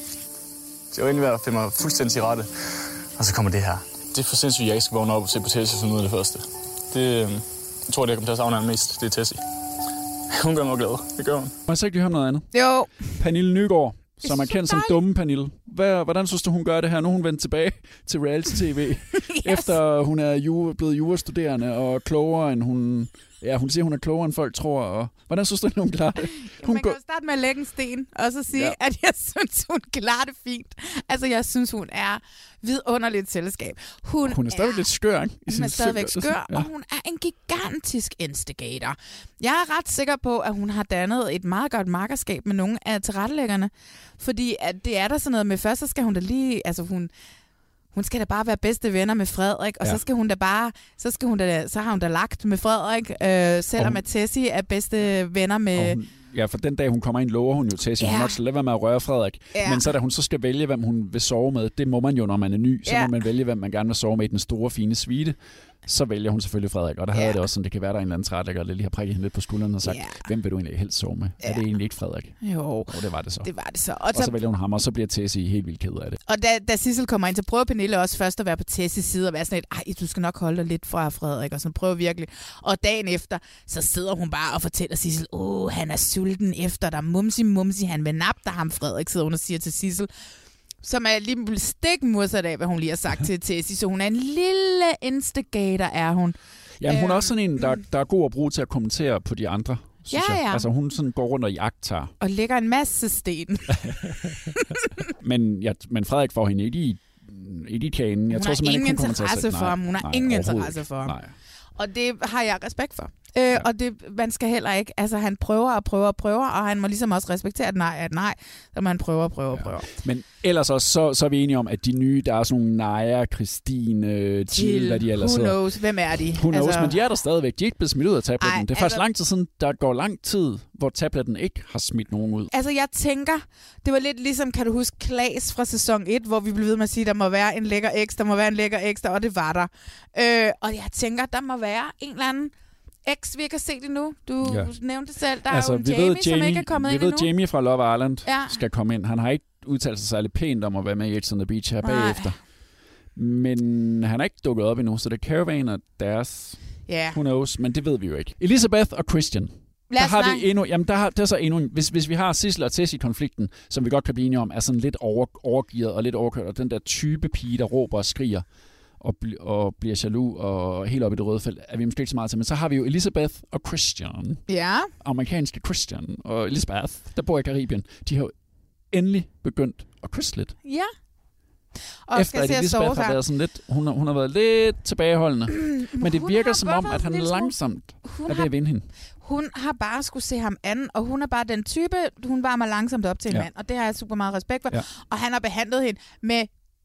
det var egentlig ved at finde mig fuldstændig til rette. Og så kommer det her. Det er for sindssygt, at jeg ikke skal vågne op og se på Tessie som noget af det første. Det, jeg tror, det jeg kommer til at savne mest, det er Tessie. Hun gør mig glad. Det gør hun. Må jeg så ikke lige høre noget andet? Jo. Pernille Nygaard, som er kendt som dumme Pernille. Hvad, hvordan synes du, hun gør det her? Nu er hun vendt tilbage til reality-tv, yes. Efter hun er ju- blevet jurastuderende og klogere, end hun Ja, hun siger, hun er klogere, end folk tror. Og hvordan synes du, hun klarer det? Hun man kan jo starte med at lægge en sten, og så sige, ja. at jeg synes, hun klarer det fint. Altså, jeg synes, hun er vidunderligt selskab. Hun, hun er stadigvæk lidt skør, ikke? Hun er stadigvæk skør, ja. Og hun er en gigantisk instigator. Jeg er ret sikker på, at hun har dannet et meget godt markerskab med nogle af tilrettelæggerne. Fordi at det er der sådan noget med, først så skal hun da lige, altså hun... Hun skal da bare være bedste venner med Frederik, og ja. så skal hun da bare, så skal hun da, så har hun da lagt med Frederik, øh, selvom hun, at Tessie er bedste venner med. Hun, ja, for den dag hun kommer ind, lover hun jo Tessie, ja. hun nok skal lade være med at røre Frederik. Ja. Men så da hun så skal vælge, hvem hun vil sove med, det må man jo, når man er ny, så ja. må man vælge, hvem man gerne vil sove med i den store, fine suite. Så vælger hun selvfølgelig Frederik, og der ja. havde det også sådan, det kan være, der er en eller anden trætlægger, der lige har prikket hende lidt på skulderen og sagt, ja. hvem vil du egentlig helst sove med? Ja. Er det egentlig ikke Frederik? Jo. Og det var det så. Det var det så. Og, og så, så vælger hun ham, og så bliver Tessie helt vildt ked af det. Og da, da Sissel kommer ind, så prøver Pernille også først at være på Tessies side og være sådan et, ej, du skal nok holde dig lidt fra Frederik, og sådan prøver virkelig. Og dagen efter, så sidder hun bare og fortæller Sissel, åh, han er sulten efter dig, mumsi, mumsi, han vil nappe dig ham, Frederik, sidder hun og siger til Sissel. Som er lige stik modsat af, hvad hun lige har sagt til Tessie. Så hun er en lille instigator, er hun. Ja, hun er også sådan en, der, der er god at bruge til at kommentere på de andre, synes ja, jeg. Ja. Altså hun sådan går rundt og jagter. Og lægger en masse sten. men, ja, men Frederik får hende ikke i, ikke i kagen. Jeg hun tror, har ingen ikke, interesse for ham. Hun har nej, ingen interesse for ham. Nej. Og det har jeg respekt for. Øh, ja. Og det, man skal heller ikke, altså han prøver og prøver og prøver, og han må ligesom også respektere, at nej, at nej, så man prøver og prøver og prøver. Ja. Men ellers også, så, så er vi enige om, at de nye, der er sådan nogle Naja, Christine, Jill, hvad de ellers hedder. Who knows, hvem er de? Who knows, altså... men de er der stadigvæk. De er ikke blevet smidt ud af tabletten. Ej, det er faktisk altså... lang tid siden, der går lang tid, hvor tabletten ikke har smidt nogen ud. Altså jeg tænker, det var lidt ligesom, kan du huske Klaas fra sæson et, hvor vi blev ved med at sige, der må være en lækker eks, der må være en lækker eks, og det var der. Øh, og jeg tænker, der må være en eller anden X, vi ikke har set endnu. Du ja. nævnte selv, der altså, er jo en Jamie, Jamie, som ikke er kommet ind endnu. Vi ved, Jamie fra Love Island ja. skal komme ind. Han har ikke udtalt sig særlig pænt om at være med i X on the Beach her Nej. bagefter. Men han er ikke dukket op endnu, så det er Caravan og deres... Yeah. Who knows, men det ved vi jo ikke. Elizabeth og Christian. Lad der har vi endnu, jamen der, har, der er så endnu en, hvis, hvis vi har Sissel og Tessie-konflikten, som vi godt kan blive enige om, er sådan lidt over, overgearet og lidt overkørt, og den der type pige, der råber og skriger, og, bl- og bliver jaloux og helt op i det røde felt, er vi måske ikke så meget til. Men så har vi jo Elizabeth og Christian. Ja. Amerikanske Christian og Elizabeth, der bor i Karibien. De har jo endelig begyndt at kysse lidt. Ja. Og efter at Elizabeth har været sådan lidt, hun har, hun har været lidt tilbageholdende. Mm, men det virker som om, at han langsomt er ved at vinde hende. Hun har bare skulle se ham an, og hun er bare den type, hun varmer langsomt op til en ja. mand, og det har jeg super meget respekt for. Ja. Og han har behandlet hende med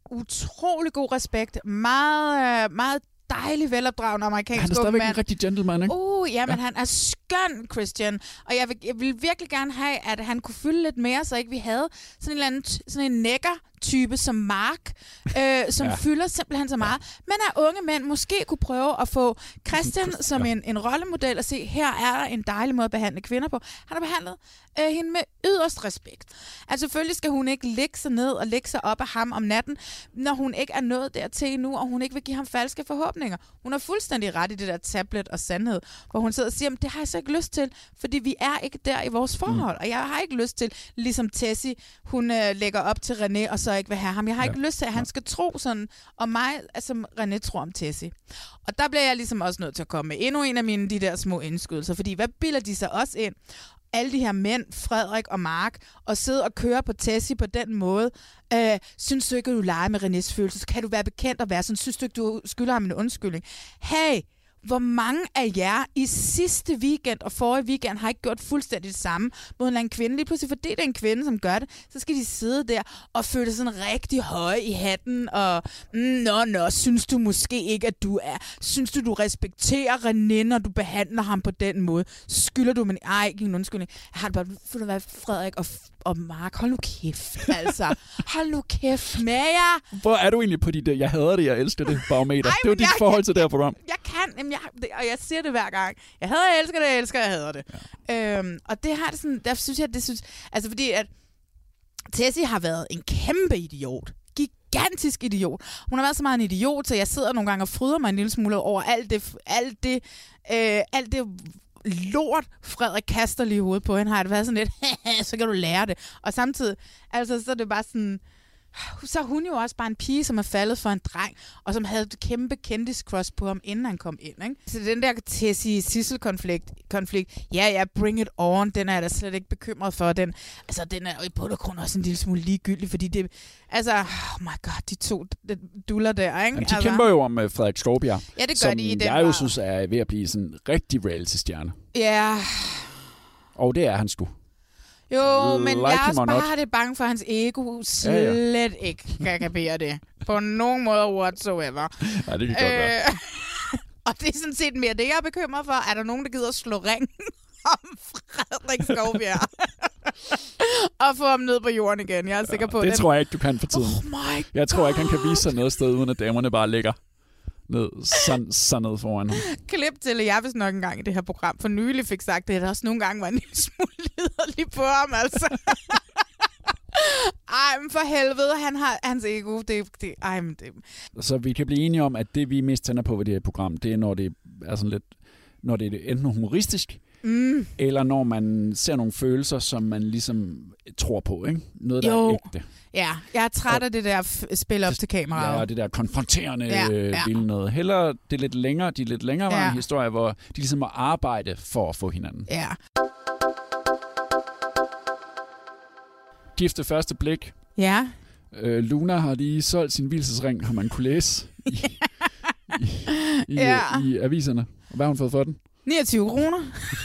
utrolig god respekt. Meget, meget dejlig, velopdragende amerikansk Han er stadigvæk en rigtig gentleman, ikke? Uh, jamen, ja. han er skøn, Christian. Og jeg vil, jeg vil virkelig gerne have, at han kunne fylde lidt mere, så ikke vi havde sådan en eller anden, sådan en nækker type som Mark, øh, som ja. fylder simpelthen så meget. Men at unge mænd måske kunne prøve at få Christian som en, en rollemodel og se, her er der en dejlig måde at behandle kvinder på. Han har behandlet øh, hende med yderst respekt. Altså selvfølgelig skal hun ikke ligge sig ned og lægge sig op af ham om natten, når hun ikke er nået dertil endnu, og hun ikke vil give ham falske forhåbninger. Hun har fuldstændig ret i det der tablet og sandhed, hvor hun sidder og siger, det har jeg så ikke lyst til, fordi vi er ikke der i vores forhold, mm. og jeg har ikke lyst til, ligesom Tessie, hun øh, lægger op til René, og så ikke vil have ham. Jeg har ja. ikke lyst til, at han skal tro sådan om mig, som René tror om Tessie. Og der bliver jeg ligesom også nødt til at komme med endnu en af mine de der små indskydelser, fordi hvad bilder de sig også ind? Alle de her mænd, Frederik og Mark, og sidde og køre på Tessie på den måde. Øh, synes du ikke, at du leger med Renés følelser? Så kan du være bekendt og være sådan, synes du ikke, du skylder ham en undskyldning? Hey, hvor mange af jer i sidste weekend og forrige weekend har ikke gjort fuldstændig det samme mod en eller anden kvinde? Lige pludselig, fordi det er en kvinde, som gør det, så skal de sidde der og føle sådan rigtig høje i hatten, og mm, nå, nå, synes du måske ikke, at du er, synes du, du respekterer René, når du behandler ham på den måde? Skylder du, men ej, ikke en undskyldning. Jeg har det bare, for du hvad, Frederik og, og Mark, hold nu kæft, altså. Hold nu kæft med jer. Hvor er du egentlig på dit, jeg hader det, jeg elsker det, barometer? Ej, det er jo dit jeg, forhold til det her program. Jeg kan, jamen, jeg, og jeg siger det hver gang. Jeg hader, jeg elsker det, jeg elsker, jeg hader det. Ja. Øhm, og det har det sådan, der synes jeg, det synes, altså fordi at Tessie har været en kæmpe idiot. Gigantisk idiot. Hun har været så meget en idiot, så jeg sidder nogle gange og fryder mig en lille smule over alt det, alt det, øh, alt det lort, Frederik kaster lige i hovedet på hende, har det været sådan lidt, så kan du lære det. Og samtidig, altså, så er det bare sådan, så er hun jo også bare en pige, som er faldet for en dreng, og som havde et kæmpe kendis-crush på ham, inden han kom ind. Ikke? Så den der Tessie-Sissel-konflikt, konflikt, ja, ja, bring it on, den er jeg da slet ikke bekymret for. Den, altså, den er jo i bund og grund også en lille smule ligegyldig, fordi det, altså, oh my god, de to de duller der, ikke? Men de altså. kæmper jo om uh, Frederik Skovbjerg, ja, det gør som de i den jeg jo var. synes er ved at blive sådan en rigtig reality-stjerne. Ja. Og det er han sgu. Jo, men like jeg er også not. bare det bange for, at hans ego slet ja, ja. ikke kan kapere det. På nogen måde whatsoever. Ja, det kan godt være. Og det er sådan set mere det, jeg er bekymret for. Er der nogen, der gider at slå ring om Frederik Skovbjerg? Og få ham ned på jorden igen. Jeg er sikker på, det den... tror jeg ikke, du kan for tiden. Oh my jeg tror ikke, han kan vise sig noget sted, uden at damerne bare ligger ned, sådan, sådan ned foran ham. Klip til, at jeg vist nok engang i det her program for nylig fik sagt, at det også nogle gange var en lille smule liderlig på ham, altså. Ej, men for helvede, han har hans ego. Det, det, ej, men det. Så vi kan blive enige om, at det, vi mest tænder på ved det her program, det er, når det er sådan lidt, når det er enten humoristisk, mm. eller når man ser nogle følelser, som man ligesom tror på, ikke? Noget, der jo. er ægte. Ja, jeg er træt af det der f- spil op til kameraet. Ja, det der konfronterende ja, ja. vilde noget. Heller det lidt længere, de lidt længere ja. historier, hvor de ligesom må arbejde for at få hinanden. Ja. Gift ved første blik. Ja. Øh, Luna har lige solgt sin hvilesesring, har man kunne læse i, i, i, ja. i, i aviserne. Og hvad har hun fået for den? niogtyve kroner.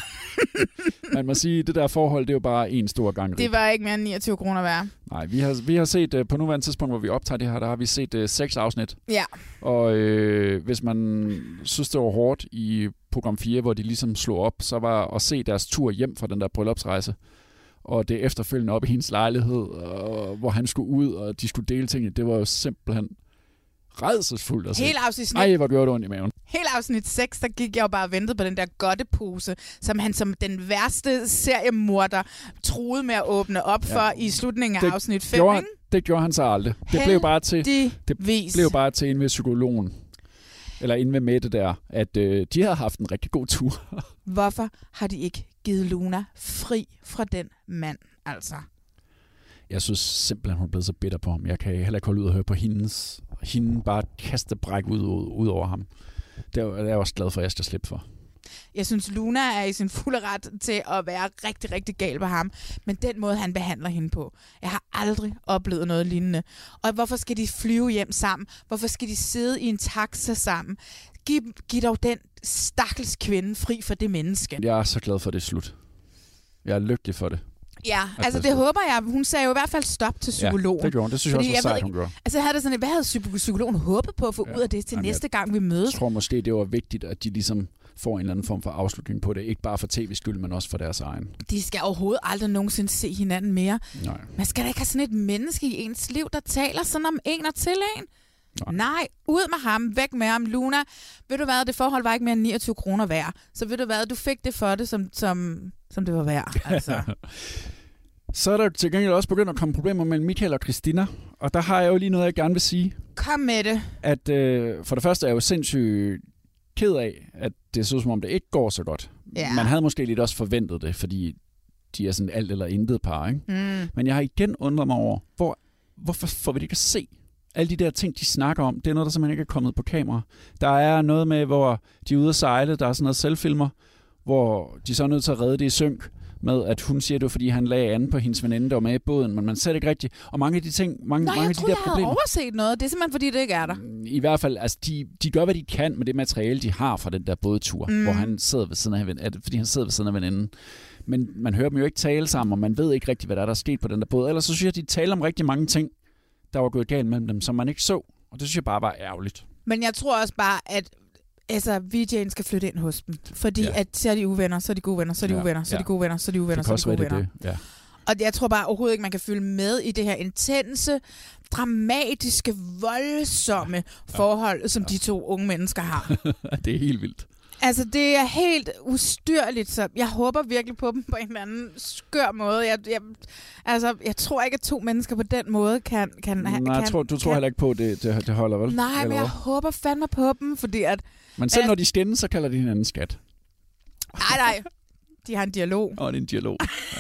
Man må sige, det der forhold, det er jo bare en stor gang rig. Det var ikke mere end niogtyve kroner værd. Nej, vi har, vi har set, uh, på nuværende tidspunkt, hvor vi optager det her, der har vi set uh, seks afsnit. Ja. Og øh, hvis man synes, det var hårdt i program fire, hvor de ligesom slog op, så var at se deres tur hjem fra den der bryllupsrejse. Og det efterfølgende op i hendes lejlighed, og, hvor han skulle ud, og de skulle dele tingene. Det var jo simpelthen rædselsfuldt. Altså. Helt afsnit... Ej, hvor gjorde det ondt i maven. Helt afsnit seks, der gik jeg jo bare og ventede på den der godtepose, som han som den værste seriemorder troede med at åbne op ja. for i slutningen af det afsnit fem. Gjorde, det gjorde han så aldrig. Det blev bare til, det blev bare til inde ved psykologen. Eller inde ved Mette der, at øh, de havde haft en rigtig god tur. Hvorfor har de ikke givet Luna fri fra den mand, altså? Jeg synes simpelthen, hun er blevet så bitter på ham. Jeg kan heller ikke holde ud og høre på hendes. Hende bare kaste bræk ud, ud, ud over ham. Det er jeg også glad for, at jeg skal slippe for. Jeg synes, Luna er i sin fulde ret til at være rigtig, rigtig gal på ham. Men den måde, han behandler hende på. Jeg har aldrig oplevet noget lignende. Og hvorfor skal de flyve hjem sammen? Hvorfor skal de sidde i en taxa sammen? Giv, giv dog den stakkels kvinde fri for det menneske. Jeg er så glad for, at det er slut. Jeg er lykkelig for det. Ja, altså det håber jeg. Hun sagde jo i hvert fald stop til psykologen. Ja, det gjorde hun. Det synes jeg også var sejt, hun gjorde. Altså havde det sådan, hvad havde psykologen håbet på at få ja. ud af det til Jamen, næste gang, vi mødes? Jeg tror måske, det var vigtigt, at de ligesom får en eller anden form for afslutning på det. Ikke bare for tv's skyld, men også for deres egen. De skal overhovedet aldrig nogensinde se hinanden mere. Nej. Man skal da ikke have sådan et menneske i ens liv, der taler sådan om en og til en. Nej. Nej, ud med ham, væk med ham. Luna, ved du hvad, det forhold var ikke mere end niogtyve kroner værd. Så ved du hvad, du fik det for det, som, som, som det var værd. Altså. Så er der til gengæld også begyndt at komme problemer mellem Michael og Christina. Og der har jeg jo lige noget, jeg gerne vil sige. Kom med det. At øh, for det første er jeg jo sindssygt ked af, at det ser ud som om, det ikke går så godt. Ja. Man havde måske lidt også forventet det, fordi de er sådan alt eller intet par, ikke? Mm. Men jeg har igen undret mig over, hvor, hvorfor får vi det ikke at se? Alle de der ting, de snakker om, det er noget, der simpelthen ikke er kommet på kamera. Der er noget med, hvor de er ude at sejle, der er sådan noget selvfilmer, hvor de så er nødt til at redde det i synk med, at hun siger det, fordi han lagde an på hendes veninde, der var med i båden, men man ser det ikke rigtigt. Og mange af de ting, mange, Nå, mange af de troede, der problemer... jeg havde overset noget. Det er simpelthen, fordi det ikke er der. I hvert fald, altså, de, de gør, hvad de kan med det materiale, de har fra den der bådtur, mm. hvor han sidder ved siden af, at, fordi han sidder ved siden af veninden. Men man hører dem jo ikke tale sammen, og man ved ikke rigtigt, hvad der er, der er sket på den der båd. Ellers så synes jeg, at de taler om rigtig mange ting, der var gået galt mellem dem, som man ikke så. Og det synes jeg bare var ærgerligt. Men jeg tror også bare, at altså, V J'en skal flytte ind hos dem. Fordi ja. at så er de uvenner, så er de gode venner, så er de ja. uvenner, så er de gode venner, så er de uvenner, så er de gode venner. Det, ja. Og jeg tror bare overhovedet ikke, man kan følge med i det her intense, dramatiske, voldsomme ja. forhold, som ja. de to unge mennesker har. Det er helt vildt. Altså, det er helt ustyrligt, så jeg håber virkelig på dem på en eller anden skør måde. Jeg, jeg, altså, jeg tror ikke, at to mennesker på den måde kan... kan Nej, kan, jeg tror, du kan, tror heller ikke på, at det, det, det holder, vel? Nej, men jeg hvad? håber fandme på dem, fordi at... Men selv at, når de skændes, så kalder de hinanden skat. Nej, nej. De har en dialog. Og det er en dialog. Ja.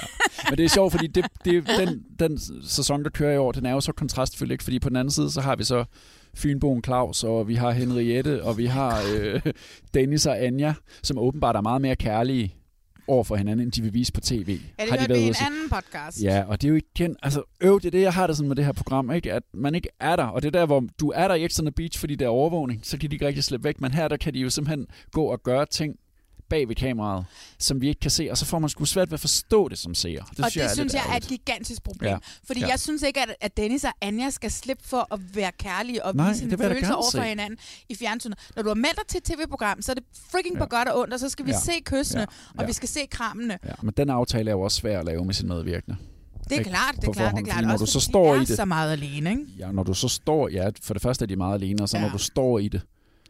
Men det er sjovt, fordi det, det, den, den sæson, der kører i år, den er jo så kontrastfyldt, ikke? Fordi på den anden side, så har vi så Fynboen Claus, og vi har Henriette, og vi har øh, Dennis og Anja, som åbenbart er meget mere kærlige over for hinanden, end de vil vise på tv. Ja, det har de hørte været vi i en ude at sige. anden podcast. Ja, og det er jo igen, altså øv, det er det, jeg har det sådan med det her program, ikke? At man ikke er der, og det er der, hvor du er der i X on the Beach, fordi der er overvågning, så kan de ikke rigtig slippe væk, men her der kan de jo simpelthen gå og gøre ting bag ved kameraet, som vi ikke kan se, og så får man sgu svært ved at forstå det som seer. Det og synes det jeg er, synes lidt jeg er et ærgerligt. gigantisk problem. Ja. Fordi Ja. jeg synes ikke, at, at Dennis og Anja skal slippe for at være kærlige og Nej, vise det sine vil jeg da følelser gerne over for se. hinanden i fjernsynet. Når du har meldt dig til et tv-program, så er det freaking Ja. på godt og ondt, og så skal vi Ja. se kyssene, Ja. og Ja. vi skal se krammene. Ja, men den aftale er jo også svær at lave med sin medvirkende. Det er Ikke? klart, det På er klart, det forhånd, er klart. fordi når Også du så fordi står de i er det- så meget alene, ikke? Ja, når du så står, ja, for det første er de meget alene, og så Ja. når du står i det,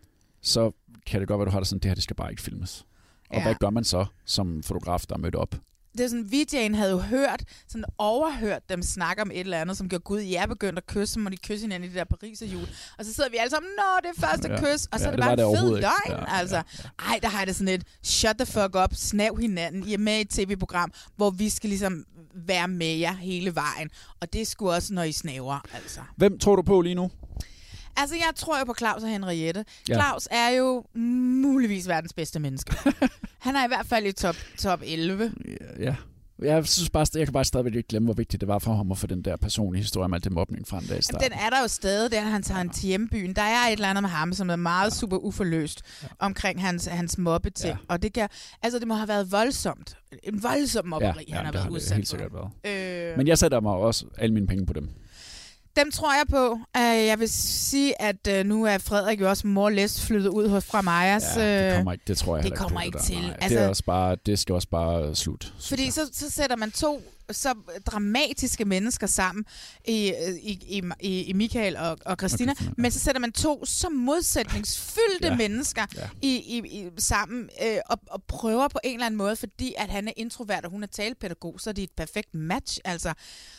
så kan det godt være, du har det sådan, det her, det skal bare ikke filmes. Og Ja. hvad gør man så som fotograf, der er mødt op? Det er sådan, V J'en havde jo hørt, sådan overhørt dem snakke om et eller andet, som gjorde Gud, jeg er begyndt at kysse, så må de kysse hinanden i det der Pariserhjul. Og så sidder vi alle sammen, nå, det er første Ja. kys, og så Ja, er det, det bare var det en fed overhovedet ikke. løgn, Ja, altså. Ej, der har jeg det sådan et, shut the fuck up, snav hinanden, I er med i et tv-program, hvor vi skal ligesom være med jer hele vejen. Og det er sgu også, når I snaver, altså. Hvem tror du på lige nu? Altså, jeg tror jo på Claus og Henriette. Ja. Claus er jo muligvis verdens bedste menneske. Han er i hvert fald i top, top elleve. Ja. Jeg synes bare, jeg kan bare stadigvæk ikke glemme, hvor vigtigt det var for ham at få den der personlige historie om alt det mobning frem der i starten. Den er der jo stadig, der han tager ja. til hjembyen. Der er et eller andet med ham, som er meget ja. super uforløst ja. omkring hans, hans mobbeting. Ja. Og det kan, altså det må have været voldsomt. En voldsom mobberi, ja, ja, han har det været har udsat det helt for. sikkert været. Øh, Men jeg sætter mig også alle mine penge på dem. Dem tror jeg på. Uh, jeg vil sige, at uh, nu er Frederik jo også more less flyttet ud hos fra Majas. Ja, det kommer ikke, det tror jeg det heller kommer ikke, ikke på, til. Nej, Altså, det, er også bare, det skal også bare slut. Fordi så, så sætter man to så dramatiske mennesker sammen i, i, i, i, i Michael og, og Christina, okay, men så sætter man to så modsætningsfyldte ja. mennesker ja. I, i, i, sammen øh, og, og prøver på en eller anden måde, fordi at han er introvert og hun er talepædagog, så er det et perfekt match. Altså,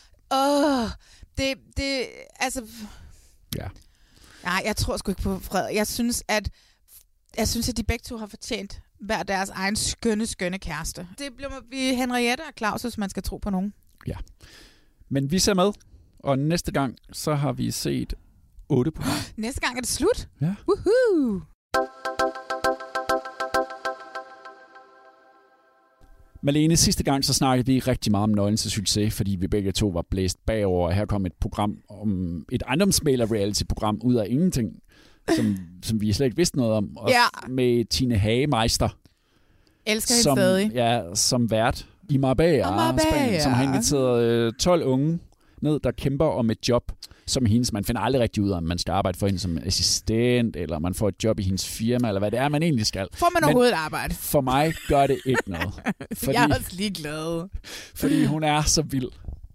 åh, det, det, altså... Ja. Nej, jeg tror sgu ikke på Frederik. Jeg synes, at jeg synes, at de begge to har fortjent hver deres egen skønne, skønne kæreste. Det bliver vi Henriette og Claus, hvis man skal tro på nogen. Ja. Men vi ser med, og næste gang, så har vi set otte på. Næste gang er det slut? Ja. Woohoo! Malene, sidste gang så snakkede vi rigtig meget om nøglen til succes, fordi vi begge to var blæst bagover, og her kom et program om et ejendomsmægler-reality-program ud af ingenting, som, som vi slet ikke vidste noget om. Og ja. Med Tine Hagemeister. Elsker hende som, stadig. Ja, som vært i Marbella, Spanien, som har inviteret øh, tolv unge ned, der kæmper om et job, som hendes. Man finder aldrig rigtig ud af, om man skal arbejde for hende som assistent, eller man får et job i hendes firma, eller hvad det er, man egentlig skal. Får man overhovedet arbejde? For mig gør det ikke noget. Fordi, jeg er også ligeglad. Fordi hun er så vild.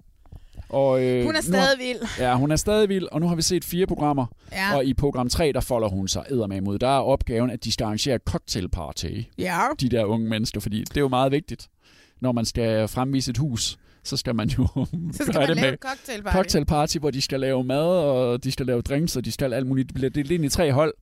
Og, øh, hun er stadig vild. Ja, hun er stadig vild, og nu har vi set fire programmer, ja. og i program tre, der folder hun sig eddermame ud. Der er opgaven, at de skal arrangere cocktailparty. Ja. De der unge mennesker, fordi det er jo meget vigtigt, når man skal fremvise et hus. Så skal man jo så skal gøre man det lave med cocktailparty. cocktailparty, hvor de skal lave mad, og de skal lave drinks, og de skal alt muligt. Det bliver delt ind i tre hold,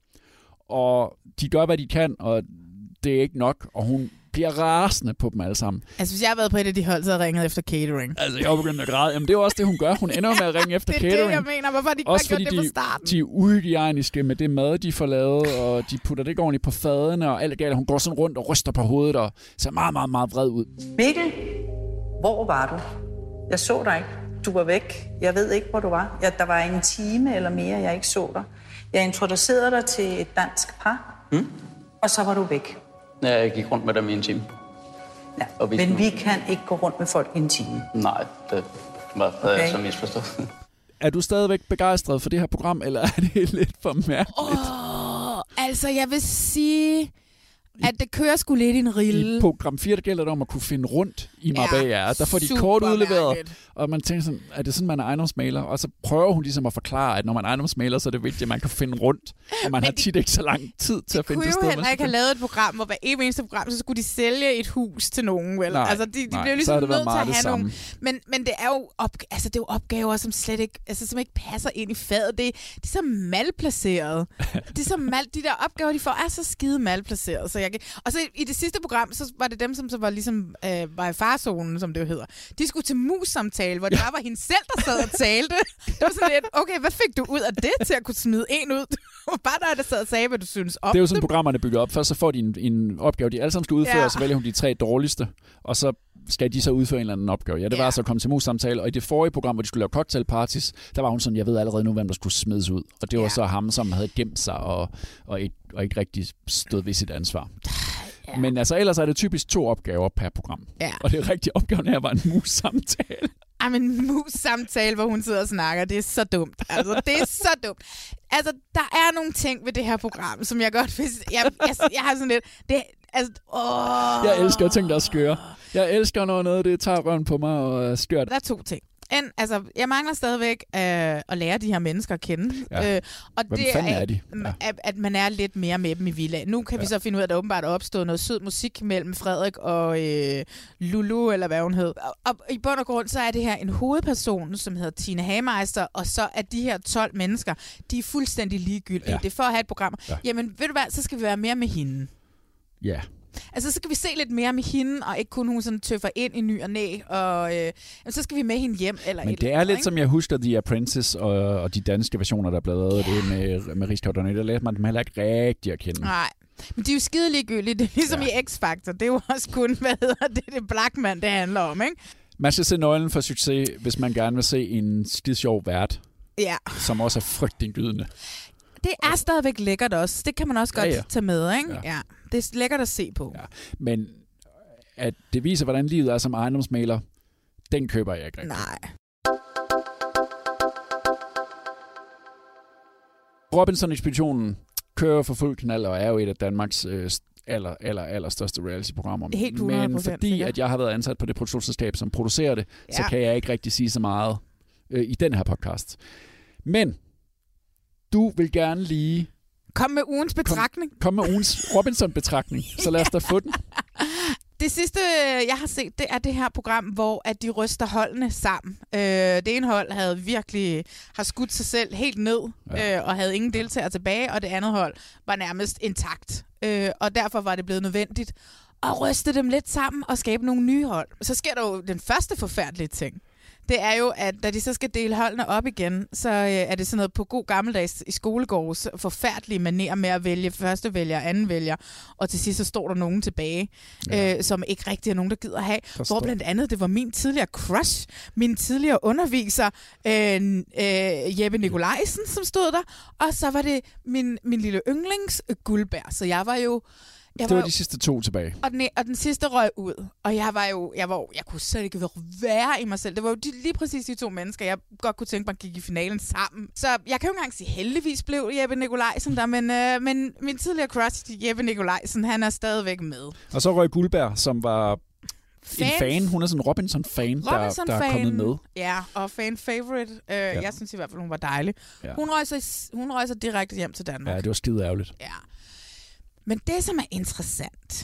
og de gør, hvad de kan, og det er ikke nok, og hun bliver rasende på dem alle sammen. Altså, hvis jeg havde været på et af de hold, så havde jeg ringet efter catering. Altså, jeg var begyndt at græde. Jamen, det er jo også det, hun gør. Hun ender med at ringe efter catering. Det er catering. Det, jeg mener. Hvorfor har de ikke også bare gjort fordi det fra starten? De, de er uhygiejniske med det mad, de får lavet, og de putter det ikke ordentligt på fadene, og alt er galt. Hun går sådan rundt og ryster på hovedet, og ser meget, meget, meget vred ud. Mikkel, hvor var du? Jeg så dig ikke. Du var væk. Jeg ved ikke, hvor du var. Ja, der var en time eller mere, jeg ikke så dig. Jeg introducerede dig til et dansk par, hmm? og så var du væk. Ja, jeg gik rundt med dem i en time. Ja, og men vi kan ikke gå rundt med folk i en time. Nej, det var okay. Jeg så misforstået. Er du stadigvæk begejstret for det her program, eller er det lidt for mærkeligt? Oh, altså, jeg vil sige, at det kører sgu lidt i en rille. I program fire, der gælder det om at kunne finde rundt i Marbella. Ja, der får de kort udleveret, og man tænker sådan, er det sådan, man er ejendomsmægler? Og så prøver hun ligesom at forklare, at når man er ejendomsmægler, så er det vigtigt, at man kan finde rundt. Og man har tit ikke så lang tid til at finde det sted. De kunne jo heller ikke have lavet et program, hvor hver eneste program, så skulle de sælge et hus til nogen. Vel? Nej, altså, de, de nej, blev ligesom nødt til at have nogle... Men, men det er jo op, altså, det er jo opgaver, som slet ikke, altså, som ikke passer ind i faget. Det, det er så malplaceret. det er så mal, de der opgaver, de får, er så skide malplaceret. Så jeg, og så i det sidste program, så var det dem, som så var ligesom øh, var i farzonen, som det jo hedder. De skulle til mus-samtale, hvor ja. der var hende selv, der sad og talte. Det var sådan lidt, okay, hvad fik du ud af det til at kunne smide en ud? Bare dig, der sad og sagde, hvad du synes om det. er jo sådan, programmerne bygger op. Først så får de en, en opgave, de alle sammen skal udføre, ja. og så vælger hun de tre dårligste, og så skal de så udføre en eller anden opgave. Ja, det var ja. så at komme til mus-samtale, og i det forrige program, hvor de skulle lave cocktailparties, der var hun sådan, jeg ved allerede nu, hvem der skulle smides ud. Og det var ja. så ham, som havde gemt sig og, og, ikke, og ikke rigtig stod ved sit ansvar. Ja. Men altså, ellers er det typisk to opgaver per program. Ja. Og det rigtige opgave her var en mus-samtale. Ej, men en mus-samtale, hvor hun sidder og snakker, det er så dumt. Altså, det er så dumt. Altså, der er nogle ting ved det her program, som jeg godt vil... Jeg, jeg, jeg har sådan lidt... Det, altså, åh. Jeg elsker ting, der er skøre. Jeg elsker, når noget det tager røven på mig og er skørt. Der er to ting. En, altså, jeg mangler stadigvæk øh, at lære de her mennesker at kende. Ja. Øh, og Hvem det fanden er, er de? Ja. At, at man er lidt mere med dem i villaen. Nu kan ja. vi så finde ud af, at der åbenbart er opstået noget sød musik mellem Frederik og øh, Lulu, eller hvad hun hed. Og, og i bund og grund, så er det her en hovedperson, som hedder Tine Hameister, og så er de her tolv mennesker, de er fuldstændig ligegyldige. Ja. Det er for at have et program. Ja. Jamen, ved du hvad, så skal vi være mere med hende. Ja. Altså, så skal vi se lidt mere med hende, og ikke kun hun sådan tøffer ind i ny og næ, og øh, så skal vi med hende hjem. Eller Men et det er eller, lidt, ikke? som jeg husker The Apprentice og, og de danske versioner, der er blevet lavet yeah. det med, med Rigsgaard Donnet. Der lærte man dem heller ikke rigtig at kende. Nej, men de er jo skide ligegyldige. Det er ligesom ja. i X-Factor. Det er jo også kun, hvad hedder det, det Blackman, det handler om, ikke? Man skal se nøglen for succes, hvis man gerne vil se en skide sjov vært, ja. som også er frygtindgydende. Det er stadigvæk lækkert også. Det kan man også godt ja, ja. tage med, ikke? Ja. ja. Det er lækkert at se på. Ja. Men at det viser, hvordan livet er som ejendomsmægler, den køber jeg ikke rigtig. Nej. Robinson-ekspeditionen kører for fuld knald og er jo et af Danmarks øh, aller, aller, aller største reality-programmer. Helt hundrede procent. Men fordi at jeg har været ansat på det produktionsselskab, som producerer det, ja. så kan jeg ikke rigtig sige så meget øh, i den her podcast. Men du vil gerne lige... Kom med ugens betragtning. Kom, kom med ugens Robinson-betragtning. Så lad os da få den. Det sidste, jeg har set, det er det her program, hvor at de ryster holdene sammen. Øh, det ene hold havde virkelig har skudt sig selv helt ned, ja. øh, og havde ingen deltagere tilbage, og det andet hold var nærmest intakt. Øh, og derfor var det blevet nødvendigt at ryste dem lidt sammen og skabe nogle nye hold. Så sker der jo den første forfærdelige ting. Det er jo, at da de så skal dele holdene op igen, så øh, er det sådan noget på god gammeldags i skolegårds forfærdelige manér med at vælge første vælger, anden vælger, og til sidst så står der nogen tilbage, ja. øh, som ikke rigtig er nogen, der gider have. Forstår. Hvor blandt andet, det var min tidligere crush, min tidligere underviser, øh, øh, Jeppe Nikolajsen, som stod der, og så var det min, min lille yndlings Guldberg, så jeg var jo Jeg det var, var de sidste to tilbage. Og den, og den sidste røg ud. Og jeg var jo, jeg, var, jeg kunne slet ikke være i mig selv. Det var jo de, lige præcis de to mennesker, jeg godt kunne tænke mig at gik i finalen sammen. Så jeg kan jo ikke engang sige, heldigvis blev Jeppe Nikolajsen der, men, øh, men min tidligere crush, Jeppe Nikolajsen, han er stadigvæk med. Og så røg Guldberg, som var fan. en fan. Hun er sådan en Robinson-fan, Robinson der, der er kommet med. Ja, og fan-favorite. Øh, ja. Jeg synes i hvert fald, hun var dejlig. Ja. Hun, røg sig, hun røg sig direkte hjem til Danmark. Ja, det var skide ærgerligt. Ja. Men det, som er interessant...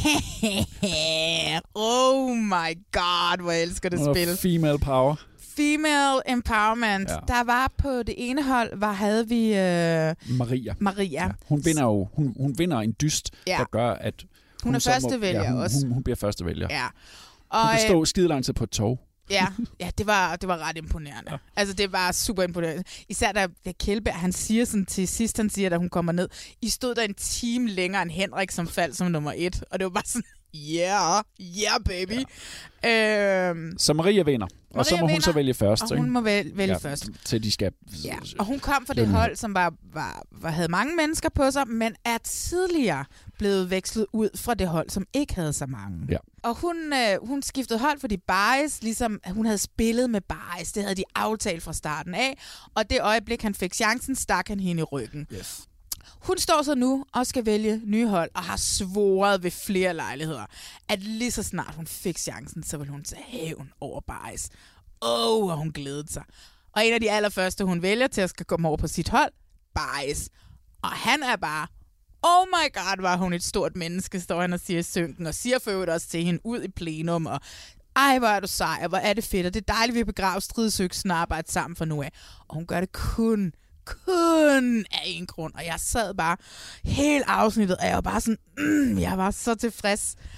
oh my god, hvor jeg elsker det spil. Female power. Female empowerment. Ja. Der var på det ene hold, var havde vi... Øh, Maria. Maria. Ja. Hun vinder jo hun, hun vinder en dyst, ja. der gør, at... Hun, hun er førstevælger ja, hun, også. Hun, hun bliver førstevælger. Ja. Og, hun kan stå skide lang tid på et tog. Ja, ja det, var, det var ret imponerende. Ja. Altså, det var super imponerende. Især da, da Kjellberg, han siger sådan til sidst, han siger, da hun kommer ned, I stod der en time længere end Henrik, som faldt som nummer et. Og det var bare sådan, yeah, yeah baby. Ja. Øhm, så Maria vinder. Maria og så må hun vinder, så vælge først. Og hun må vælge, vælge ja, først. Til de skal... Ja. Og hun kom fra det hold, som var, var, var, havde mange mennesker på sig, men er tidligere blevet vekslet ud fra det hold, som ikke havde så mange. Ja. Og hun, øh, hun skiftede hold, fordi Bias, ligesom hun havde spillet med Bias, det havde de aftalt fra starten af, og det øjeblik, han fik chancen, stak han hende i ryggen. Yes. Hun står så nu og skal vælge nye hold, og har svoret ved flere lejligheder, at lige så snart hun fik chancen, så ville hun tage hævn over Bias. Åh, oh, og hun glædede sig. Og en af de allerførste, hun vælger til at skal komme over på sit hold, Bias. Og han er bare... Oh my god, var hun et stort menneske, står han og siger i synken, og siger for øvrigt også til hende ud i plenum, og ej, hvor er du sej, og hvor er det fedt, og det er dejligt, vi har begravet stridsøksen og arbejde sammen fra nu af. Og hun gør det kun, kun af en grund, og jeg sad bare helt afsnittet, og jeg var bare sådan, mm, jeg var så tilfreds.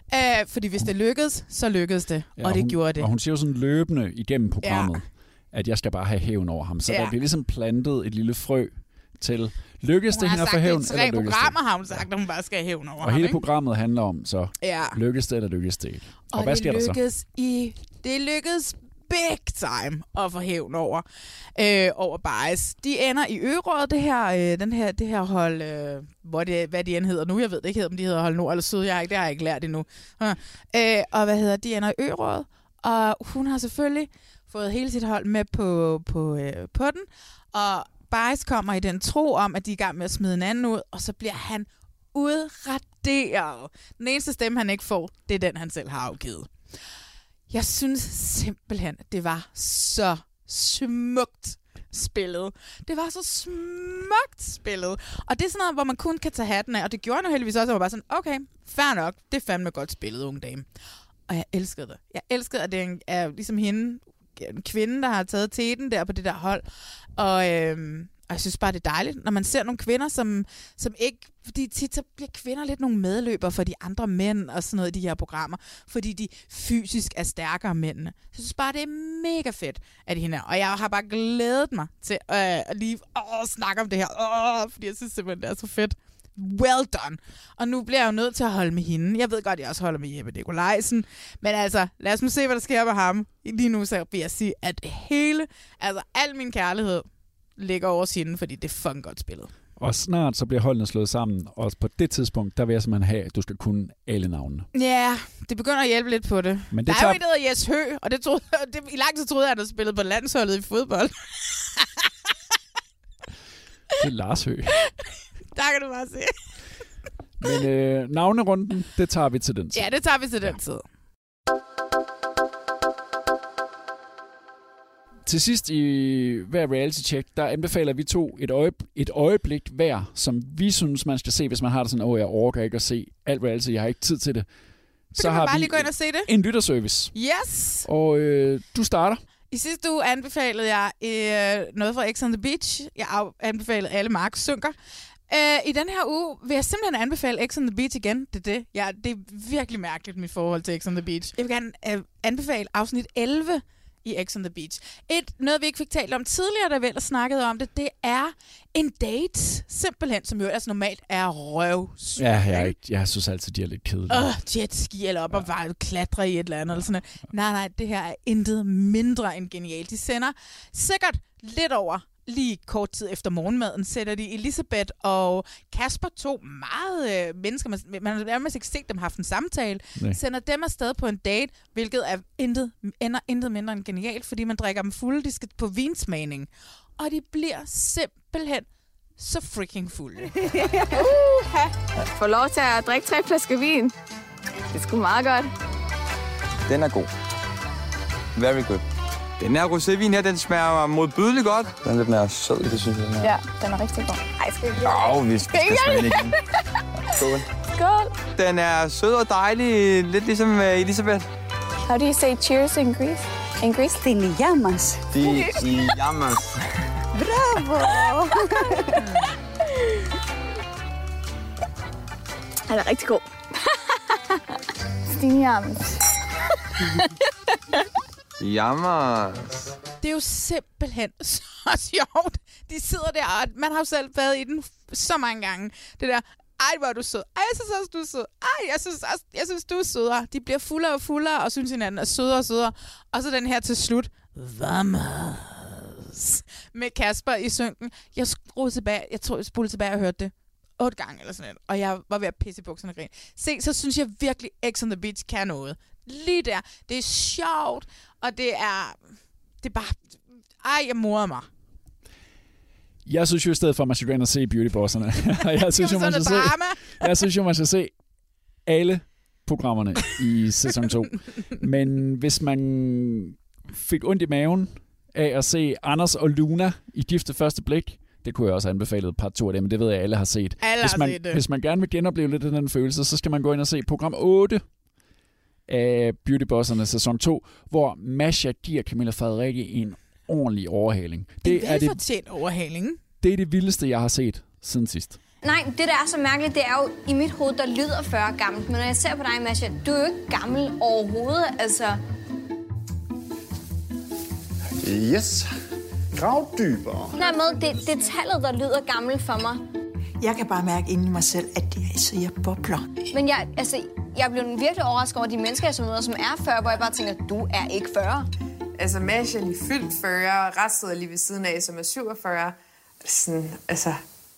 Æh, fordi hvis det lykkedes, så lykkedes det, ja, og det hun, gjorde det. Og hun siger jo sådan løbende igennem programmet, ja. at jeg skal bare have hævn over ham. Så ja. der bliver ligesom plantet et lille frø til, lykkes det hende at få hævn, eller lykkes det? Tre programmer har hun sagt, at hun bare skal have hævn over og ham. Og hele ikke? programmet handler om, så ja. lykkes det, eller lykkes det ikke? Og, og hvad sker der så? I, det lykkedes big time at få hævn over, øh, over bias. De ender i Ø-rådet, det her, øh, den her, det her hold, øh, hvor det, hvad de end hedder nu. Jeg ved det ikke, om de hedder Hold Nord eller Syd. Jeg har ikke, det har jeg ikke lært endnu. Øh, og hvad hedder de ender i Ø-rådet, og hun har selvfølgelig fået hele sit hold med på, på, øh, på den, og bias kommer i den tro om, at de er i gang med at smide en anden ud, og så bliver han udraderet. Den eneste stemme, han ikke får, det er den, han selv har afgivet. Jeg synes simpelthen, at det var så smukt spillet. Det var så smukt spillet. Og det er sådan noget, hvor man kun kan tage hatten af. Og det gjorde han jo heldigvis også, at man var bare sådan, okay, fair nok, det er fandme godt spillet, unge dame. Og jeg elskede det. Jeg elskede, at det er, en, er ligesom hende, en kvinde, der har taget teten der på det der hold. Og, øhm, og jeg synes bare, det er dejligt, når man ser nogle kvinder, som, som ikke... Fordi tit så bliver kvinder lidt nogle medløbere for de andre mænd og sådan noget i de her programmer, fordi de fysisk er stærkere end mændene. Så jeg synes bare, det er mega fedt, at de hende er. Og jeg har bare glædet mig til øh, at lige åh, snakke om det her, åh, fordi jeg synes simpelthen, det er så fedt. Well done. Og nu bliver jeg jo nødt til at holde med hende. Jeg ved godt, at jeg også holder med Jeppe Nikolajsen. Men altså, lad os nu se, hvad der sker med ham. Lige nu så vil jeg sige, at hele, altså al min kærlighed ligger over hende, fordi det er fucking godt spillet. Og snart så bliver holdene slået sammen, og på det tidspunkt, der vil jeg simpelthen have, at du skal kunne alle navnene. Ja, yeah, det begynder at hjælpe lidt på det. Men det der tager... er jo en, der hedder Jes Høgh, og det troede, det, i lang tid troede jeg, at han havde spillet på landsholdet i fodbold. Det er Lars Høgh. Der kan du bare se. Men øh, navnerunden, det tager vi til den tid. Ja, det tager vi til den tid. Til sidst i hver reality-check, der anbefaler vi to et, øje, et øjeblik hver, som vi synes, man skal se, hvis man har det sådan, åh, jeg orker ikke at se alt reality, jeg har ikke tid til det. Så, så har bare vi lige gå ind og se det. En lytterservice. Yes! Og øh, du starter. I sidste uge anbefalede jeg øh, noget fra X on the Beach. Jeg anbefalede alle Mark synker. Øh, I den her uge vil jeg simpelthen anbefale X on the Beach igen. Det er det. Ja, det er virkelig mærkeligt, mit forhold til X on the Beach. Jeg vil gerne øh, anbefale afsnit elleve i X on the Beach. Et, noget vi ikke fik talt om tidligere, da vi ellers snakkede om det, det er en date, simpelthen, som jo ellers normalt er røvsyg. Ja, jeg, ikke, jeg synes altid, de er lidt kedelige. Åh, oh, jetski eller op ja. og bare klatre i et eller andet. Eller sådan noget. Nej, nej, det her er intet mindre end genialt. De sender sikkert lidt over lige kort tid efter morgenmaden, sætter de Elisabeth og Kasper, to meget øh, mennesker, man, man har nærmest ikke set dem haft en samtale, Nej. sender dem afsted på en date, hvilket er intet, ender intet mindre end genialt, fordi man drikker dem fulde, de skal på vinsmagning. Og de bliver simpelthen så freaking fulde. uh, Få lov til at drikke tre flasker vin. Det er sgu meget godt. Den er god. Very good. Den her rosévin her, den smager modbydeligt godt. Den er lidt mere sød, det synes jeg. Ja, den er rigtig god. Ej, skal vi ikke? Jo, vi skal smage igen. Skål. Skål. Den er sød og dejlig, lidt ligesom uh, Elisabeth. How do you say cheers in Greece? In Greece? Te llamas. Te llamas. Bravo. Den er rigtig god. Stinjams. Jammer. Det er jo simpelthen så sjovt. De sidder der, og man har jo selv været i den så mange gange. Det der, ej, hvor er du sød. Ej, jeg synes også, du er sød. Ej, jeg synes, også, jeg synes du er sødere. De bliver fuldere og fuldere, og synes hinanden er sødere og sødere. Og så den her til slut. Vamos. Med Kasper i synken. Jeg skruede tilbage, jeg tror, jeg spolede tilbage og hørte det otte gange eller sådan noget. Og jeg var ved at pisse i bukserne og grine. Se, så synes jeg virkelig, X on the Beach kan noget. Lige der. Det er sjovt, og det er... Det er bare... Ej, jeg morder mig. Jeg synes jo i stedet for, at man skal gå ind og se Beautybosserne. jeg, synes jo, man skal se, jeg synes jo, man skal se alle programmerne i sæson to. Men hvis man fik ondt i maven af at se Anders og Luna i Gift ved første blik, det kunne jeg også anbefale part to af det, men det ved jeg, alle har set. Alle hvis, har man, set det. hvis man gerne vil genopleve lidt af den følelse, så skal man gå ind og se program otte af Beautybosserne sæson to, hvor Masha giver Camilla Frederikke en ordentlig overhaling. Det en er velfortjent overhaling. Det er det vildeste, jeg har set siden sidst. Nej, det der er så mærkeligt, det er jo i mit hoved, der lyder fyrre gammelt. Men når jeg ser på dig, Masha, du er jo ikke gammel overhovedet, altså. Yes. Grav dybere. Den måde, det, det er tallet, der lyder gammelt for mig. Jeg kan bare mærke inde i mig selv, at det, altså, jeg bobler. Men jeg, altså, jeg blev virkelig overrasket over de mennesker, jeg så møder, som er fyrre, hvor jeg bare tænker, du er ikke fyrre. Altså, Masha er lige fyldt fyrre, og Ras sidder lige ved siden af, som er syvogfyrre. Sådan, altså...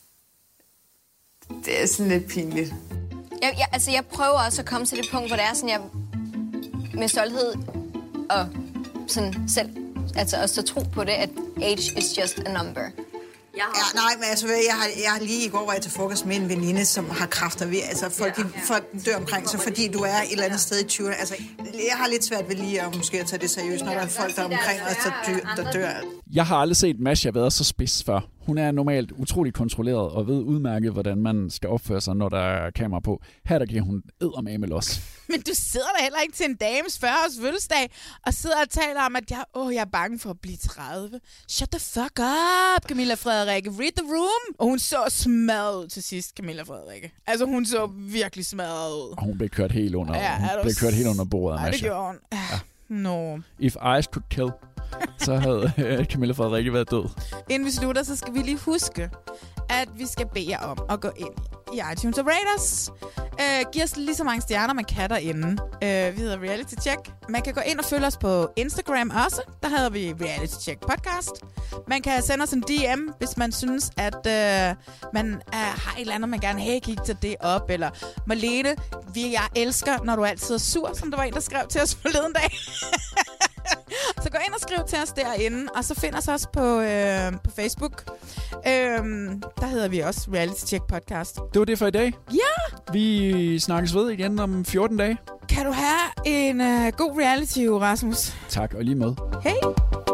Det er sådan lidt pinligt. Jeg, jeg, altså, jeg prøver også at komme til det punkt, hvor det er sådan, jeg med stolthed og sådan selv, altså også at tro på det, at age is just a number. Ja, nej, men altså, jeg har, jeg har lige i går været til frokost med en veninde, som har kræfter ved, altså folk, ja, ja. folk dør omkring sig, fordi du er et eller andet sted i tyverne. Altså, jeg har lidt svært ved lige at måske at tage det seriøst, når der er folk, der er omkring os, der, dyr, der dør. Jeg har aldrig set Masha være så spids før. Hun er normalt utroligt kontrolleret og ved udmærket, hvordan man skal opføre sig, når der er kamera på. Her der giver hun eddermame los. Men du sidder der heller ikke til en dames fyrre-års fødselsdag og sidder og taler om, at jeg, åh, jeg er bange for at blive tredive. Shut the fuck up, Camilla Frederikke. Read the room. Og hun så smadret ud til sidst, Camilla Frederikke. Altså, hun så virkelig smadret ud. Og hun blev kørt helt under, ja, hun blev kørt helt under bordet af Masha. Ja, det gjorde hun. Ja. No. If eyes could kill, så havde øh, Camilla Frederikke været død. Inden vi slutter, så skal vi lige huske, at vi skal bede jer om at gå ind i iTunes og rate os. Øh, giv os lige så mange stjerner, man kan derinde. Øh, vi hedder Reality Check. Man kan gå ind og følge os på Instagram også. Der hedder vi Reality Check Podcast. Man kan sende os en D M, hvis man synes, at øh, man øh, har et eller andet, man gerne vil have, kig til det op. Eller Marlene, vi, jeg elsker, når du altid er sur, som der var en, der skrev til os forleden dag. Så gå ind og skriv til os derinde, og så find os også på, øh, på Facebook. Øhm, der hedder vi også Reality Check Podcast. Det var det for i dag. Ja! Vi snakkes ved igen om fjorten dage. Kan du have en øh, god reality, Rasmus? Tak, og lige med. Hej!